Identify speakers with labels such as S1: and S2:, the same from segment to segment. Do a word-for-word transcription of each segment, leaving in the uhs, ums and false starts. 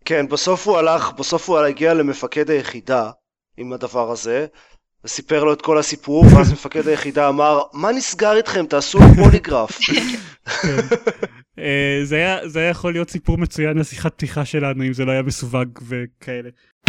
S1: כן, בסוף הוא הלך, בסוף הוא הגיע למפקד היחידה עם הדבר הזה, וסיפר לו את כל הסיפור, ואז מפקד היחידה אמר, מה נסגר איתכם? תעשו פוליגרף.
S2: זה היה, זה היה יכול להיות סיפור מצוין לשיחת פתיחה שלנו, אם זה לא היה מסווג וכאלה.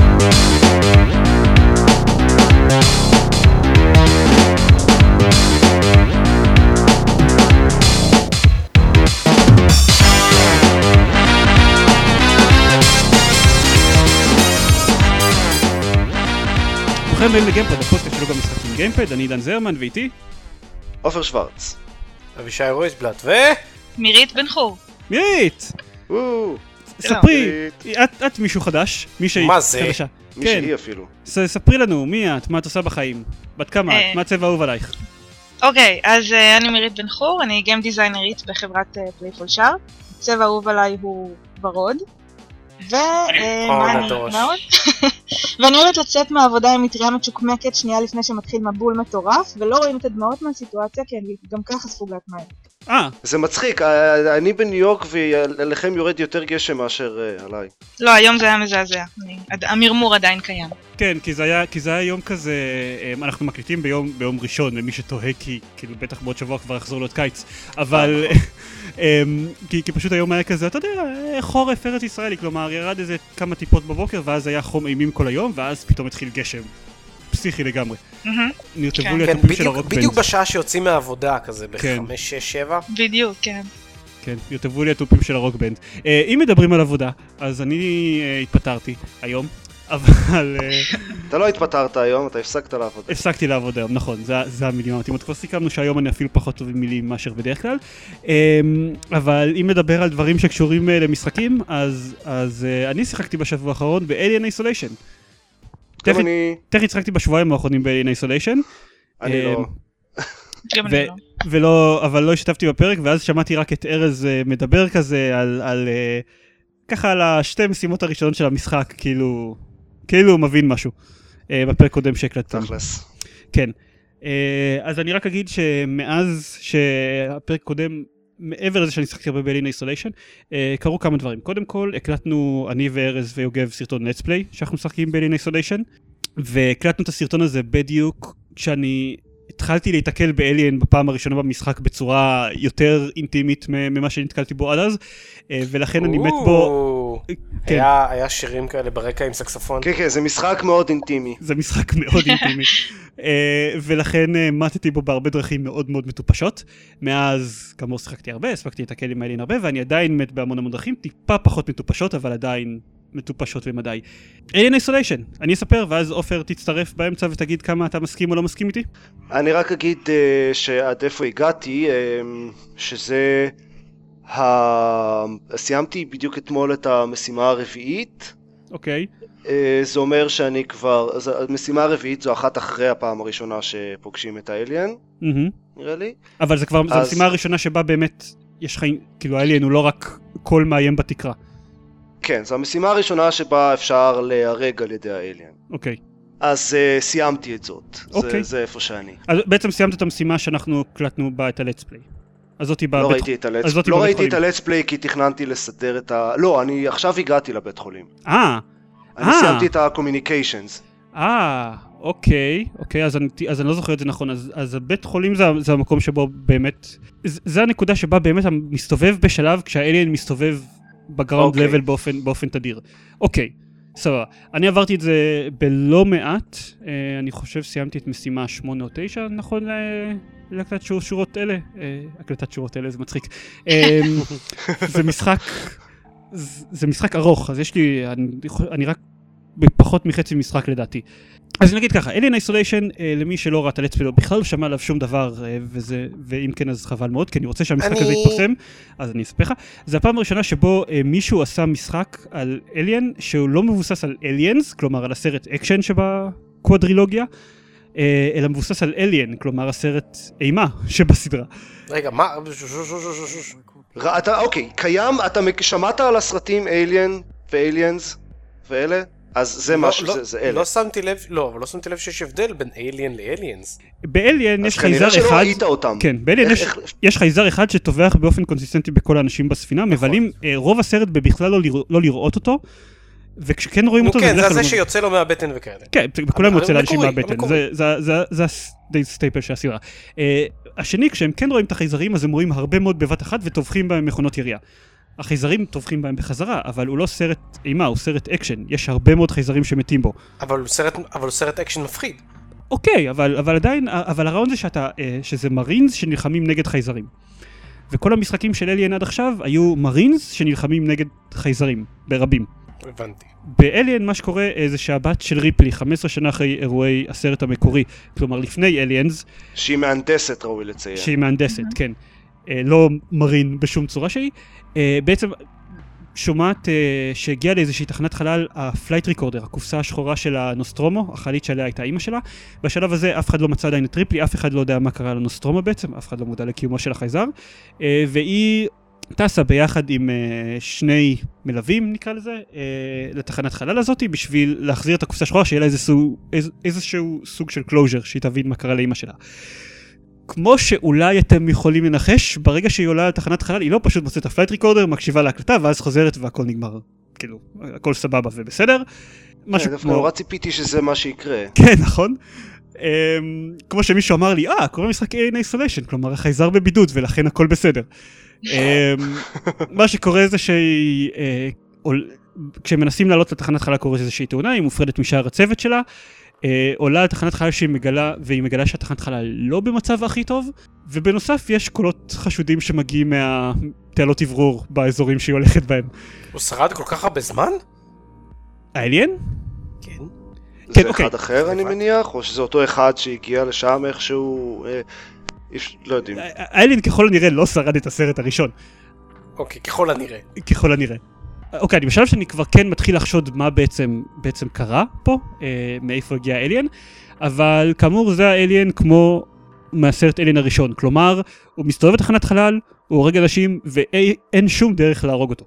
S2: ברוכים הבאים לגיימפד, הפודקאסט שלו גם משחקים גיימפד, אני דן זרמן ואיתי
S1: עופר שוורץ,
S3: אבישי רויסבלט ו...
S4: מירית בן חור.
S2: מירית! ספרי, את מישהו חדש?
S3: מה זה?
S1: מישהי אפילו.
S2: ספרי לנו, מי את? מה את עושה בחיים? בת כמה את? מה הצבע אהוב עלייך?
S4: אוקיי, אז אני מירית בן חור, אני גיים דיזיינרית בחברת פלייפול שארט. הצבע אהוב עליי הוא ורוד. ואני אוהבת לצאת מהעבודה עם מטריה מצ'וקמקת שנייה לפני שמתחיל מבול מטורף, ולא רואים את הדמעות מהסיטואציה, כי אני גם ככה ספוגת מים.
S2: אה,
S1: זה מצחיק, אני בניו יורק ולכם יורד יותר גשם מאשר עליי.
S4: לא, היום זה היה מזעזע, המרמור עדיין קיים.
S2: כן, כי זה היה, כי זה היה יום כזה, אנחנו מקליטים ביום, ביום ראשון, למי שתוהה, כי כאילו בטח בעוד שבוע כבר יחזור להיות קיץ, אבל כי, כי פשוט היום היה כזה, אתה יודע, חורף ארץ ישראלי, כלומר ירד איזה כמה טיפות בבוקר, ואז היה חום אימים כל היום, ואז פתאום התחיל גשם. פסיכי לגמרי. נרטבו לי הטופים של הרוק בנד.
S3: בדיוק בשעה שיוצאים מהעבודה כזה, ב-חמש, שש, שבע.
S4: בדיוק, כן.
S2: כן, נרטבו לי הטופים של הרוק בנד. אם מדברים על עבודה, אז אני התפטרתי היום, אבל...
S1: אתה לא התפטרת היום, אתה הפסקת לעבודה.
S2: הפסקתי לעבודה היום, נכון, זה המילים המתאימות. כבר סיכמנו שהיום אני אפילו פחות טוב עם מילים מאשר בדרך כלל. אבל אם מדבר על דברים שקשורים למשחקים, אז אני שיחקתי בשבוע האחרון ב-Alien Isolation. תכף הצחקתי בשבועיים האחרונים ב-Alien Isolation.
S1: אני לא.
S2: ולא, אבל לא השתתפתי בפרק, ואז שמעתי רק את ארז מדבר כזה על, ככה על השתי משימות הראשונות של המשחק, כאילו, כאילו הוא מבין משהו, בפרק קודם שהקלטתם.
S1: תכלס.
S2: כן. אז אני רק אגיד שמאז שהפרק קודם, מעבר לזה שאני שחקתי הרבה ב-Alien Isolation, קרו כמה דברים. קודם כל, הקלטנו, אני וארז ויוגב, סרטון Let's Play, שאנחנו משחקים ב-Alien Isolation, והקלטנו את הסרטון הזה בדיוק כשאני התחלתי להתקל ב-Alien בפעם הראשונה במשחק בצורה יותר אינטימית ממה שנתקלתי בו עד אז, ולכן אני מת בו...
S3: היה שירים כאלה ברקע עם סקסופון.
S1: כן, כן, זה משחק מאוד אינטימי.
S2: זה משחק מאוד אינטימי. ולכן מתתי בו בהרבה דרכים מאוד מאוד מטופשות. מאז, כאמור, שיחקתי הרבה, הספקתי להתקל עם Alien הרבה, ואני עדיין מת בהמון המון דרכים, טיפה פחות מטופשות, אבל עדיין מטופשות ומדי. Alien Isolation, אני אספר, ואז עופר תצטרף באמצע ותגיד כמה אתה מסכים או לא מסכים איתי.
S1: אני רק אגיד uh, שעד איפה הגעתי, uh, שזה... ה... סיימתי בדיוק אתמול את המשימה הרביעית.
S2: אוקיי.
S1: Uh, זה אומר שאני כבר... המשימה הרביעית זו אחת אחרי הפעם הראשונה שפוגשים את האליאן,
S2: mm-hmm.
S1: נראה לי.
S2: אבל זה כבר, אז... זו המשימה הראשונה שבה באמת יש חיים, כאילו האליאן הוא לא רק כל מאיים בתקרה.
S1: כן, זו המשימה הראשונה שבה אפשר להרג על ידי האליאן.
S2: אוקיי.
S1: אז uh, סיימתי את זאת.
S2: אוקיי.
S1: זה, זה איפה שאני.
S2: אז בעצם סיימת את המשימה שאנחנו הקלטנו בה את הלטס פליי. אז זאתי בבית...
S1: לא ראיתי את הלטס פליי. לא ראיתי את הלטס פליי כי תכננתי לסדר את ה... לא, אני עכשיו הגעתי לבית חולים.
S2: אה.
S1: אני
S2: אה.
S1: סיימתי את ה-communications.
S2: אה, אוקיי. אוקיי, אז אני, אז אני לא זוכר את זה נכון. אז, אז הבית חולים זה, זה המקום שבו באמת... זה, זה הנקודה שבה באמת מסתובב בשלב כשהאליאן מסתובב בגראונד לבל באופן, באופן תדיר. אוקיי, סבבה. אני עברתי את זה בלא מעט, אני חושב סיימתי את משימה שמונה או תשע, נכון להקלטת שורות אלה? הקלטת שורות אלה זה מצחיק. זה משחק, זה משחק ארוך, אז יש לי, אני, אני רק בפחות מחצי משחק לדעתי. אז נגיד ככה, Alien Isolation, למי שלא ראה את הלטס פליי, בכלל לא שמע עליו שום דבר, וזה, ואם כן אז חבל מאוד, כי אני רוצה שהמשחק הזה יתפרסם, אז אני אספר לך. זה הפעם הראשונה שבו מישהו עשה משחק על Alien, שהוא לא מבוסס על Aliens, כלומר על הסרט אקשן שבקוואדרילוגיה, אלא מבוסס על Alien, כלומר הסרט אימה שבסדרה.
S3: רגע, מה?
S1: אתה, אוקיי, קיים, אתה שמעת על הסרטים Alien ו-Aliens ואלה? אז זה משהו, זה אלה.
S3: לא שמתי לב, לא, אבל לא שמתי לב שיש הבדל בין Alien ל-Aliens.
S2: ב-Alien יש חייזר אחד...
S1: אז כנראה שלא ראית אותם.
S2: כן, ב-Alien יש חייזר אחד שטובח באופן קונסיסטנטי בכל האנשים בספינה, מבלים רוב הסרט בבכלל לא לראות אותו, וכשכן רואים אותו...
S3: כן, זה זה שיוצא לו מהבטן וכאלה.
S2: כן, וכולם יוצא לאנשים מהבטן, זה די סטייפל של הסדרה. השני, כשהם כן רואים את החייזרים, אז הם רואים הרבה מאוד בבת אחת וטובחים בהם מכונות ירייה. החייזרים טובחים בהם בחזרה, אבל הוא לא סרט אימה, הוא סרט אקשן. יש הרבה מאוד חייזרים שמתים בו.
S3: אבל הוא סרט, אבל הוא סרט אקשן מפחיד.
S2: אוקיי, אבל, אבל עדיין, אבל הרעיון זה שאתה, שזה מרינס שנלחמים נגד חייזרים. וכל המשחקים של אליאן עד עכשיו היו מרינס שנלחמים נגד חייזרים, ברבים.
S3: הבנתי.
S2: באליאן מה שקורה זה שהבת של ריפלי, חמש עשרה שנה אחרי אירועי הסרט המקורי, כלומר לפני אליאנס.
S1: שהיא מהנדסת, ראוי לציין.
S2: שהיא מהנדסת, כן. לא מרין בשום צורה שהיא. בעצם שומעת שהגיעה לאיזושהי תחנת חלל הפלייט ריקורדר, הקופסה השחורה של הנוסטרומו, החללית שעליה הייתה אימא שלה. בשלב הזה אף אחד לא מצא עדיין את ריפלי, אף אחד לא יודע מה קרה לנוסטרומו בעצם, אף אחד לא מודע לקיומו של החייזר. והיא טסה ביחד עם שני מלווים, נקרא לזה, לתחנת חלל הזאת, בשביל להחזיר את הקופסה השחורה, שיהיה לה איזשהו, איזשהו סוג של קלוז'ר, שהיא תבין מה קרה לאמא שלה. כמו שאולי אתם יכולים לנחש, ברגע שהיא עולה לתחנת חלל, היא לא פשוט מוצאת את הפלייט ריקורדר, מקשיבה להקלטה, ואז חוזרת והכל נגמר. כאילו, הכל סבבה ובסדר.
S1: דווקא נורא ציפיתי שזה מה שיקרה.
S2: כן, נכון. כמו שמישהו אמר לי, אה, קוראים משחק Alien Isolation, כלומר, החייזר בבידוד, ולכן הכל בסדר. מה שקורה זה שהיא, כשמנסים לעלות לתחנת חלל קורה איזושהי תאונה, היא מופרדת משאר הצוות שלה, עולה לתחנת חלל שהיא מגלה, והיא מגלה שהתחנת חלל לא במצב הכי טוב, ובנוסף יש קולות חשודים שמגיעים מהתעלות עברור באזורים שהיא הולכת בהם.
S3: הוא שרד כל כך הרבה זמן?
S2: האליאן?
S3: כן.
S1: זה אחד אחר אני מניח, או שזה אותו אחד שהגיע לשם איכשהו... לא יודעים.
S2: האליאן ככל הנראה לא שרד את הסרט הראשון.
S3: אוקיי, ככל הנראה.
S2: ככל הנראה. אוקיי, אני בשלב שאני כבר כן מתחיל לחשוד מה בעצם, בעצם קרה פה, אה, מאיפה הגיע האליאן, אבל כאמור זה האליאן כמו מהסרט אליאן הראשון, כלומר, הוא מסתובב בתחנת חלל, הוא הורג אנשים, ואין שום דרך להרוג אותו.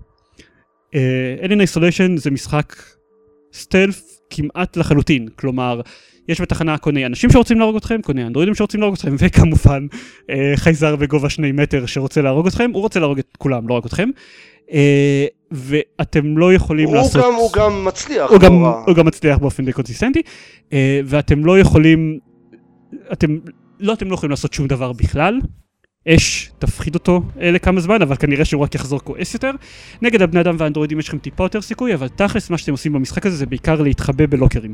S2: אליאן איסוליישן זה משחק סטלף כמעט לחלוטין, כלומר, יש בתחנה קוני אנשים שרוצים להרוג אתכם, קוני אנדרואידים שרוצים להרוג אתכם, וכמובן אה, חייזר בגובה שני מטר שרוצה להרוג אתכם, הוא רוצה להרוג את כולם, לא רק אתכם. אה, ואתם לא יכולים
S1: הוא
S2: לעשות...
S1: גם, הוא גם מצליח.
S2: הוא גם, הוא גם מצליח באופן די קונסיסטנטי, אה, ואתם לא יכולים... אתם לא, אתם לא יכולים לעשות שום דבר בכלל. אש תפחיד אותו אה, לכמה זמן, אבל כנראה שהוא רק יחזור כועס יותר. נגד הבני אדם והאנדרואידים יש לכם טיפה יותר סיכוי, אבל תכלס מה שאתם עושים במשחק הזה זה בעיקר להתחבא בלוקרים.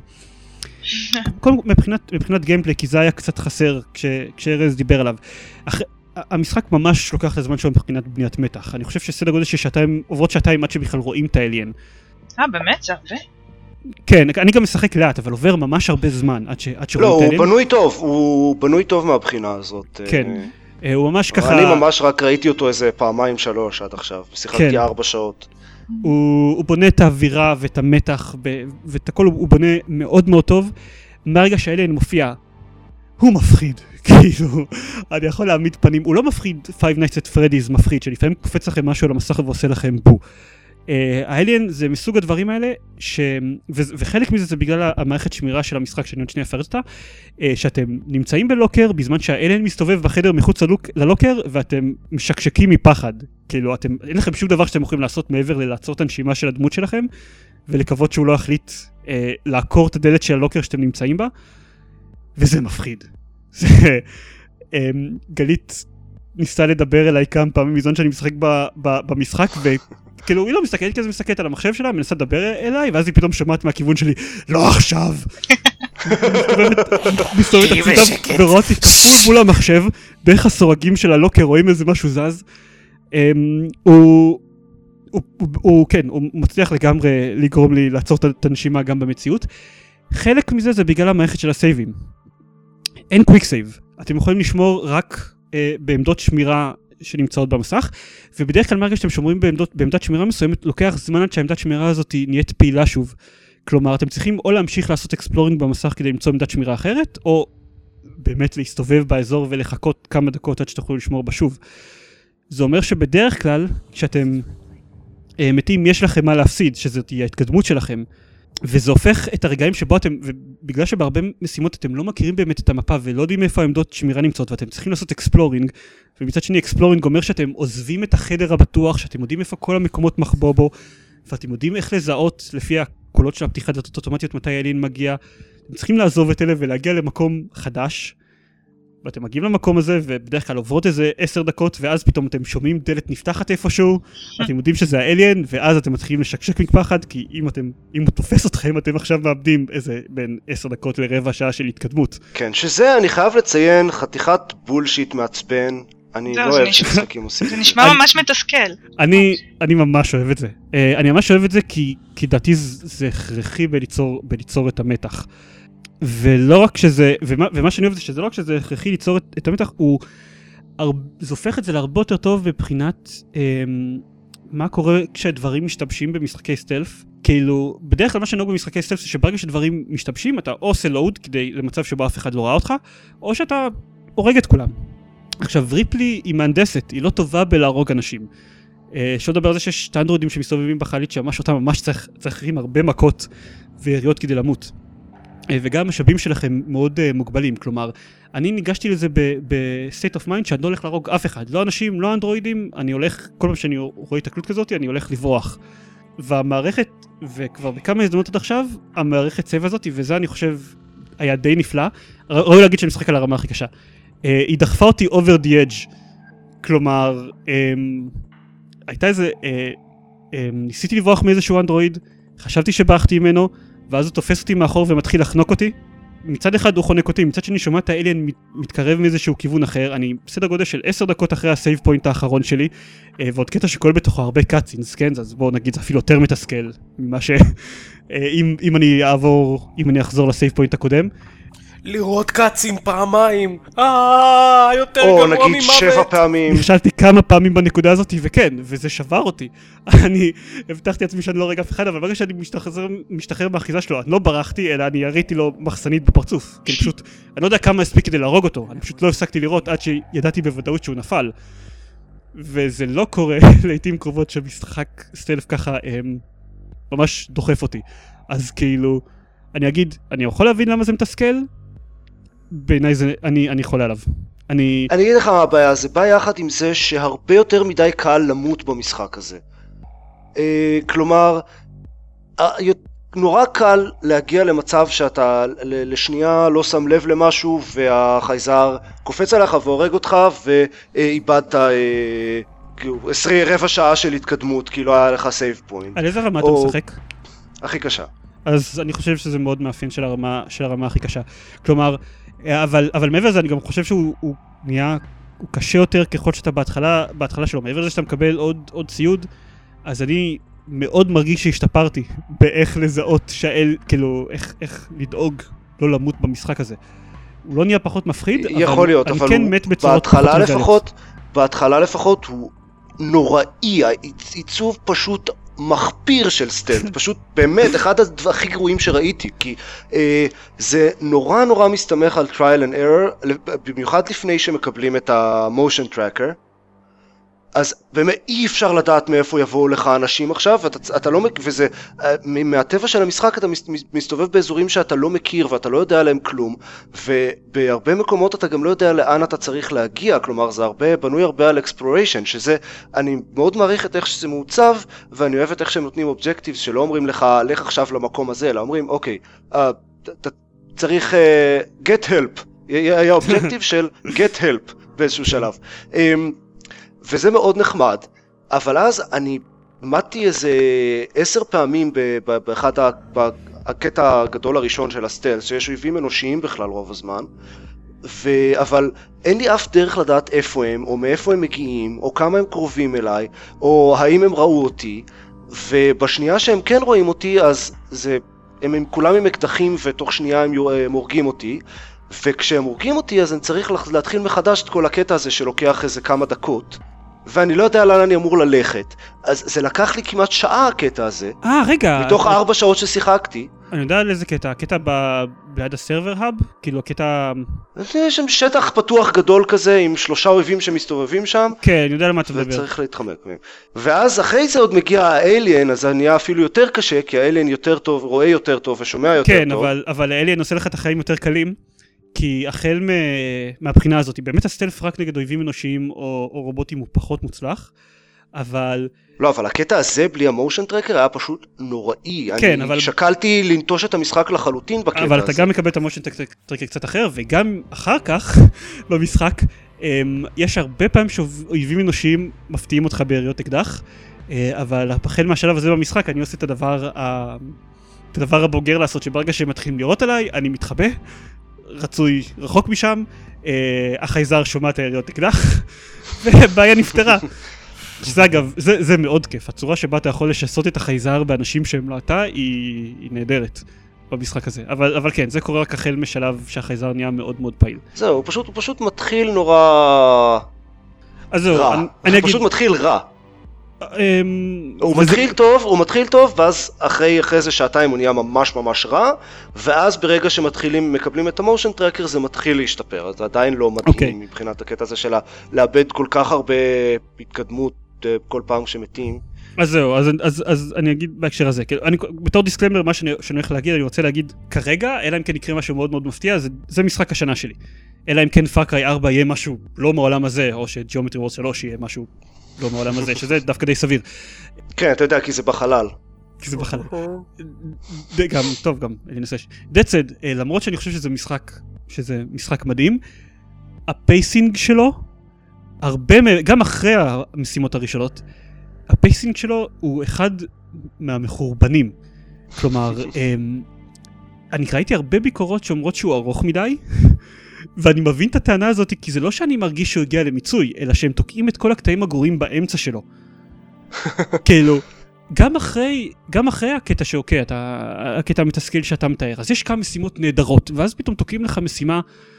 S2: קודם מבחינת, מבחינת גיימפלי, כי זה היה קצת חסר כש, כשארז דיבר עליו. אח, המשחק ממש לוקח לזמן שלו מבחינת בניית מתח. אני חושב שסדר גודל ששעתיים, עוברות שעתיים עד שבכלל רואים את האליאן.
S4: אה, באמת? זה הרבה?
S2: כן, אני גם משחק לאט, אבל עובר ממש הרבה זמן עד, ש, עד שרואים
S1: לא,
S2: את האליאן.
S1: לא, הוא בנוי טוב, הוא בנוי טוב מהבחינה הזאת.
S2: כן, הוא ממש ככה...
S1: אני ממש רק ראיתי אותו איזה פעמיים שלוש עד עכשיו, שיחקתי כן. ארבע שעות.
S2: הוא, הוא בונה את האווירה ואת המתח ב, ואת הכל הוא בונה מאוד מאוד טוב. מהרגע שהאליאן מופיע, הוא מפחיד. כאילו, אני יכול להעמיד פנים, הוא לא מפחיד Five Nights at Freddy's מפחיד, שלפעמים קופץ לכם משהו על המסך ועושה לכם בו. Uh, האליאן זה מסוג הדברים האלה, ש... ו... וחלק מזה זה בגלל המערכת שמירה של המשחק שאני עוד שנייה אפרט אותה, uh, שאתם נמצאים בלוקר בזמן שהאליאן מסתובב בחדר מחוץ ללוק... ללוקר, ואתם משקשקים מפחד. כאילו, אתם... אין לכם שום דבר שאתם יכולים לעשות מעבר ללעצור את הנשימה של הדמות שלכם, ולקוות שהוא לא יחליט uh, לעקור את הדלת של הלוקר שאתם נמצאים בה, וזה מפחיד. זה... um, גלית ניסתה לדבר אליי כמה פעמים מזמן שאני משחק ב... ב... במשחק, ו... כאילו, היא לא מסתכלת כזה, מסתכלת על המחשב שלה, מנסה לדבר אליי, ואז היא פתאום שומעת מהכיוון שלי, לא עכשיו! מסתובבת הצידה ורואה אותי כפול מול המחשב, דרך הסורגים של הלוקר, רואים איזה משהו זז. הוא, כן, הוא מצליח לגמרי לגרום לי לעצור את הנשימה גם במציאות. חלק מזה זה בגלל המערכת של הסייבים. אין קוויק סייב. אתם יכולים לשמור רק בעמדות שמירה שנמצאות במסך, ובדרך כלל מהרגע שאתם שומרים בעמדות, בעמדת שמירה מסוימת, לוקח זמן עד שהעמדת שמירה הזאת נהיית פעילה שוב. כלומר, אתם צריכים או להמשיך לעשות אקספלורינג במסך כדי למצוא עמדת שמירה אחרת, או באמת להסתובב באזור ולחכות כמה דקות עד שתוכלו לשמור בה שוב. זה אומר שבדרך כלל, כשאתם אה, מתים, יש לכם מה להפסיד, שזאת היא ההתקדמות שלכם, וזה הופך את הרגעים שבו אתם, ובגלל שבהרבה משימות אתם לא מכירים באמת את המפה, ולא יודעים איפה העמדות שמירה נמצאות, ואתם צריכים לעשות אקספלורינג, ומצד שני אקספלורינג אומר שאתם עוזבים את החדר הבטוח, שאתם יודעים איפה כל המקומות מחבוא בו, ואתם יודעים איך לזהות לפי הקולות של הפתיחת דלתות אוטומטיות, מתי האליין מגיע. אתם צריכים לעזוב את אלה ולהגיע למקום חדש, ואתם מגיעים למקום הזה, ובדרך כלל עוברות איזה עשר דקות, ואז פתאום אתם שומעים דלת נפתחת איפשהו, אתם יודעים שזה האליין, ואז אתם מתחילים לשקשק מפחד, כי אם אתם, אם הוא תופס אתכם, אתם עכשיו מאבדים איזה בין עשר דקות לרבע שעה של התקדמות.
S1: כן, שזה, אני חייב לציין, חתיכת בולשיט מעצבן. אני לא אוהב שמשחקים עושים.
S4: זה נשמע ממש מתסכל.
S2: אני, אני ממש אוהב את זה. אני ממש אוהב את זה כי, כי דעתי זה הכרחי בליצור, בליצור את המתח. ולא רק שזה, ומה, ומה שאני אוהב זה שזה לא רק שזה הכרחי ליצור את, את המתח, הוא, זה הופך את זה להרבה יותר טוב מבחינת אמ, מה קורה כשדברים משתבשים במשחקי סטלף. כאילו, בדרך כלל מה שנהוג במשחקי סטלף זה שברגע שדברים משתבשים, אתה או עושה לואוד כדי למצב שבו אף אחד לא ראה אותך, או שאתה הורג את כולם. עכשיו, ריפלי היא מהנדסת, היא לא טובה בלהרוג אנשים. אפשר לדבר על זה שיש אנדרואידים שמסתובבים בחללית שממש אותם ממש צריך, צריכים הרבה מכות ויריות כדי למות. וגם המשאבים שלכם מאוד מוגבלים, כלומר, אני ניגשתי לזה ב-state of mind שאני לא הולך להרוג אף אחד, לא אנשים, לא אנדרואידים, אני הולך, כל פעם שאני רואה התקלות כזאת, אני הולך לברוח. והמערכת, וכבר בכמה הזדמנות עד עכשיו, המערכת סייב הזאת, וזה אני חושב היה די נפלא, ראוי להגיד שאני משחק על הרמה הכי קשה. היא דחפה אותי over the edge, כלומר, הייתה איזה, ניסיתי לברוח מאיזשהו אנדרואיד, חשבתי שבחתי ממנו, ואז הוא תופס אותי מאחור ומתחיל לחנוק אותי. מצד אחד הוא חונק אותי, מצד שני שומע את האליין מתקרב מאיזשהו כיוון אחר. אני בסדר גודל של עשר דקות אחרי הסייב פוינט האחרון שלי, ועוד קטע שכל בתוכו הרבה קאטסינס, כן? אז בואו נגיד, זה אפילו יותר מתסכל ממה ש... אם, אם אני אעבור, אם אני אחזור לסייב פוינט הקודם.
S3: לראות קאצים פעמיים, אה, יותר גרוע ממוות.
S1: או נגיד שבע פעמים.
S2: נכשלתי כמה פעמים בנקודה הזאת, וכן, וזה שבר אותי. אני הבטחתי לעצמי שאני לא רגע אף אחד, אבל ברגע שאני משתחרר, משתחרר מהאחיזה שלו, אני לא ברחתי, אלא אני יריתי לו מחסנית בפרצוף. כי פשוט, אני לא יודע כמה הספיק כדי להרוג אותו, אני פשוט לא הפסקתי לראות עד שידעתי בוודאות שהוא נפל. וזה לא קורה לעתים קרובות שמשחק סטלף ככה הם, ממש דוחף אותי. אז כאילו, אני אגיד, אני יכול להבין למה זה מתסכל? בעיניי זה, אני, אני חולה עליו. אני...
S1: אני אגיד לך מה הבעיה, זה בא יחד עם זה שהרבה יותר מדי קל למות במשחק הזה. אה, כלומר, נורא קל להגיע למצב שאתה לשנייה לא שם לב למשהו, והחייזר קופץ עליך והורג אותך, ואיבדת עשרים רבע שעה של התקדמות, כי לא היה לך סייב פוינט.
S2: על איזה רמה אתה משחק?
S1: הכי קשה.
S2: אז אני חושב שזה מאוד מאפיין של הרמה, של הרמה הכי קשה. כלומר, אבל, אבל מעבר לזה אני גם חושב שהוא הוא נהיה, הוא קשה יותר ככל שאתה בהתחלה, בהתחלה שלו. מעבר לזה שאתה מקבל עוד, עוד ציוד, אז אני מאוד מרגיש שהשתפרתי באיך לזהות שאל, כאילו, איך, איך לדאוג לא למות במשחק הזה. הוא לא נהיה פחות מפחיד,
S1: יכול
S2: אבל
S1: להיות,
S2: אני
S1: אבל
S2: כן
S1: הוא,
S2: מת בצורות פחות
S1: בהתחלה
S2: מזלת.
S1: לפחות, בהתחלה לפחות הוא נוראי, העיצוב פשוט מחפיר של סטלט, פשוט באמת אחד הדברים הכי גרועים שראיתי, כי אה, זה נורא נורא מסתמך על trial and error, במיוחד לפני שמקבלים את ה-motion tracker, אז באמת אי אפשר לדעת מאיפה יבואו לך אנשים עכשיו, ואתה, אתה לא, וזה, מהטבע של המשחק אתה מסתובב באזורים שאתה לא מכיר ואתה לא יודע עליהם כלום, ובהרבה מקומות אתה גם לא יודע לאן אתה צריך להגיע, כלומר זה הרבה, בנוי הרבה על exploration, שזה, אני מאוד מעריך את איך שזה מעוצב, ואני אוהב את איך שהם נותנים objectives שלא אומרים לך, לך עכשיו למקום הזה, אלא אומרים, אוקיי, אתה צריך uh, get help, היה objective של get help באיזשהו שלב. וזה מאוד נחמד, אבל אז אני מתתי איזה עשר פעמים באחד הקטע הגדול הראשון של הסטלס, שיש אויבים אנושיים בכלל רוב הזמן, ו... אבל אין לי אף דרך לדעת איפה הם, או מאיפה הם מגיעים, או כמה הם קרובים אליי, או האם הם ראו אותי, ובשנייה שהם כן רואים אותי, אז זה... הם, הם כולם עם אקדחים, ותוך שנייה הם, הם הורגים אותי, וכשהם הורגים אותי אז אני צריך להתחיל מחדש את כל הקטע הזה שלוקח איזה כמה דקות, ואני לא יודע לאן אני אמור ללכת, אז זה לקח לי כמעט שעה הקטע הזה.
S2: אה, רגע.
S1: מתוך ארבע שעות ששיחקתי.
S2: אני יודע על איזה קטע, הקטע ב... ליד הסרבר האב? כאילו הקטע...
S1: יש שם שטח פתוח גדול כזה עם שלושה אויבים שמסתובבים שם.
S2: כן, אני יודע למה אתה מדבר.
S1: וצריך להתחמק מהם. ואז אחרי זה עוד מגיע האליין, אז זה נהיה אפילו יותר קשה, כי האליין יותר טוב, רואה יותר טוב ושומע יותר
S2: כן,
S1: טוב.
S2: כן, אבל, אבל האליין עושה לך את החיים יותר קלים. כי החל מהבחינה הזאת, באמת הסטלף רק נגד אויבים אנושיים או, או רובוטים הוא פחות מוצלח, אבל...
S1: לא, אבל הקטע הזה בלי המושן טרקר היה פשוט נוראי.
S2: כן,
S1: אני
S2: אבל...
S1: שקלתי לנטוש את המשחק לחלוטין בקטע הזה.
S2: אבל אתה גם מקבל את המושן טרקר קצת אחר, וגם אחר כך, במשחק, יש הרבה פעמים שאויבים אנושיים מפתיעים אותך ביריות אקדח, אבל החל מהשלב הזה במשחק אני עושה את הדבר, את הדבר הבוגר לעשות, שברגע שהם מתחילים לראות עליי, אני מתחבא, רצוי רחוק משם, החייזר שומע את היריות אקדח, ובעיה נפתרה. שזה אגב, זה, זה מאוד כיף. הצורה שבה אתה יכול לשסות את החייזר באנשים שהם לא אתה, היא, היא נהדרת במשחק הזה. אבל, אבל כן, זה קורה רק החל משלב שהחייזר נהיה מאוד מאוד פעיל.
S1: זהו, הוא פשוט, הוא פשוט מתחיל נורא...
S2: אז זהו,
S1: רע.
S2: אני,
S1: הוא
S2: אני
S1: פשוט
S2: אגיד...
S1: מתחיל רע.
S2: אמ...
S1: הוא
S2: וזה...
S1: מתחיל טוב, הוא מתחיל טוב, ואז אחרי, אחרי זה שעתיים הוא נהיה ממש ממש רע, ואז ברגע שמתחילים, מקבלים את המושן טרקר, זה מתחיל להשתפר. אז זה עדיין לא מדהים okay. מבחינת הקטע הזה של לאבד כל כך הרבה התקדמות כל פעם שמתים.
S2: אז זהו, אז, אז, אז אני אגיד בהקשר הזה, אני, בתור דיסקלמר, מה שאני, שאני הולך להגיד, אני רוצה להגיד כרגע, אלא אם כן יקרה משהו מאוד מאוד מפתיע, זה, זה משחק השנה שלי. אלא אם כן פאר קריי ארבע יהיה משהו לא מעולם הזה, או שג'יאומטרי וורס שלוש יהיה משהו לא מעולם הזה, שזה דווקא די סביר.
S1: כן, אתה יודע, כי זה בחלל.
S2: כי זה בחלל. גם, טוב, גם, אני אנסה. דצד, למרות שאני חושב שזה משחק, שזה משחק מדהים, הפייסינג שלו, הרבה, גם אחרי המשימות הראשונות, הפייסינג שלו הוא אחד מהמחורבנים. כלומר, אני ראיתי הרבה ביקורות שאומרות שהוא ארוך מדי, ואני מבין את הטענה הזאת, כי זה לא שאני מרגיש שהוא הגיע למיצוי, אלא שהם תוקעים את כל הקטעים הגרועים באמצע שלו. כאילו, גם אחרי, גם אחרי הקטע שאוקיי, אתה, הקטע המתסכל שאתה מתאר, אז יש כמה משימות נהדרות, ואז פתאום תוקעים לך משימה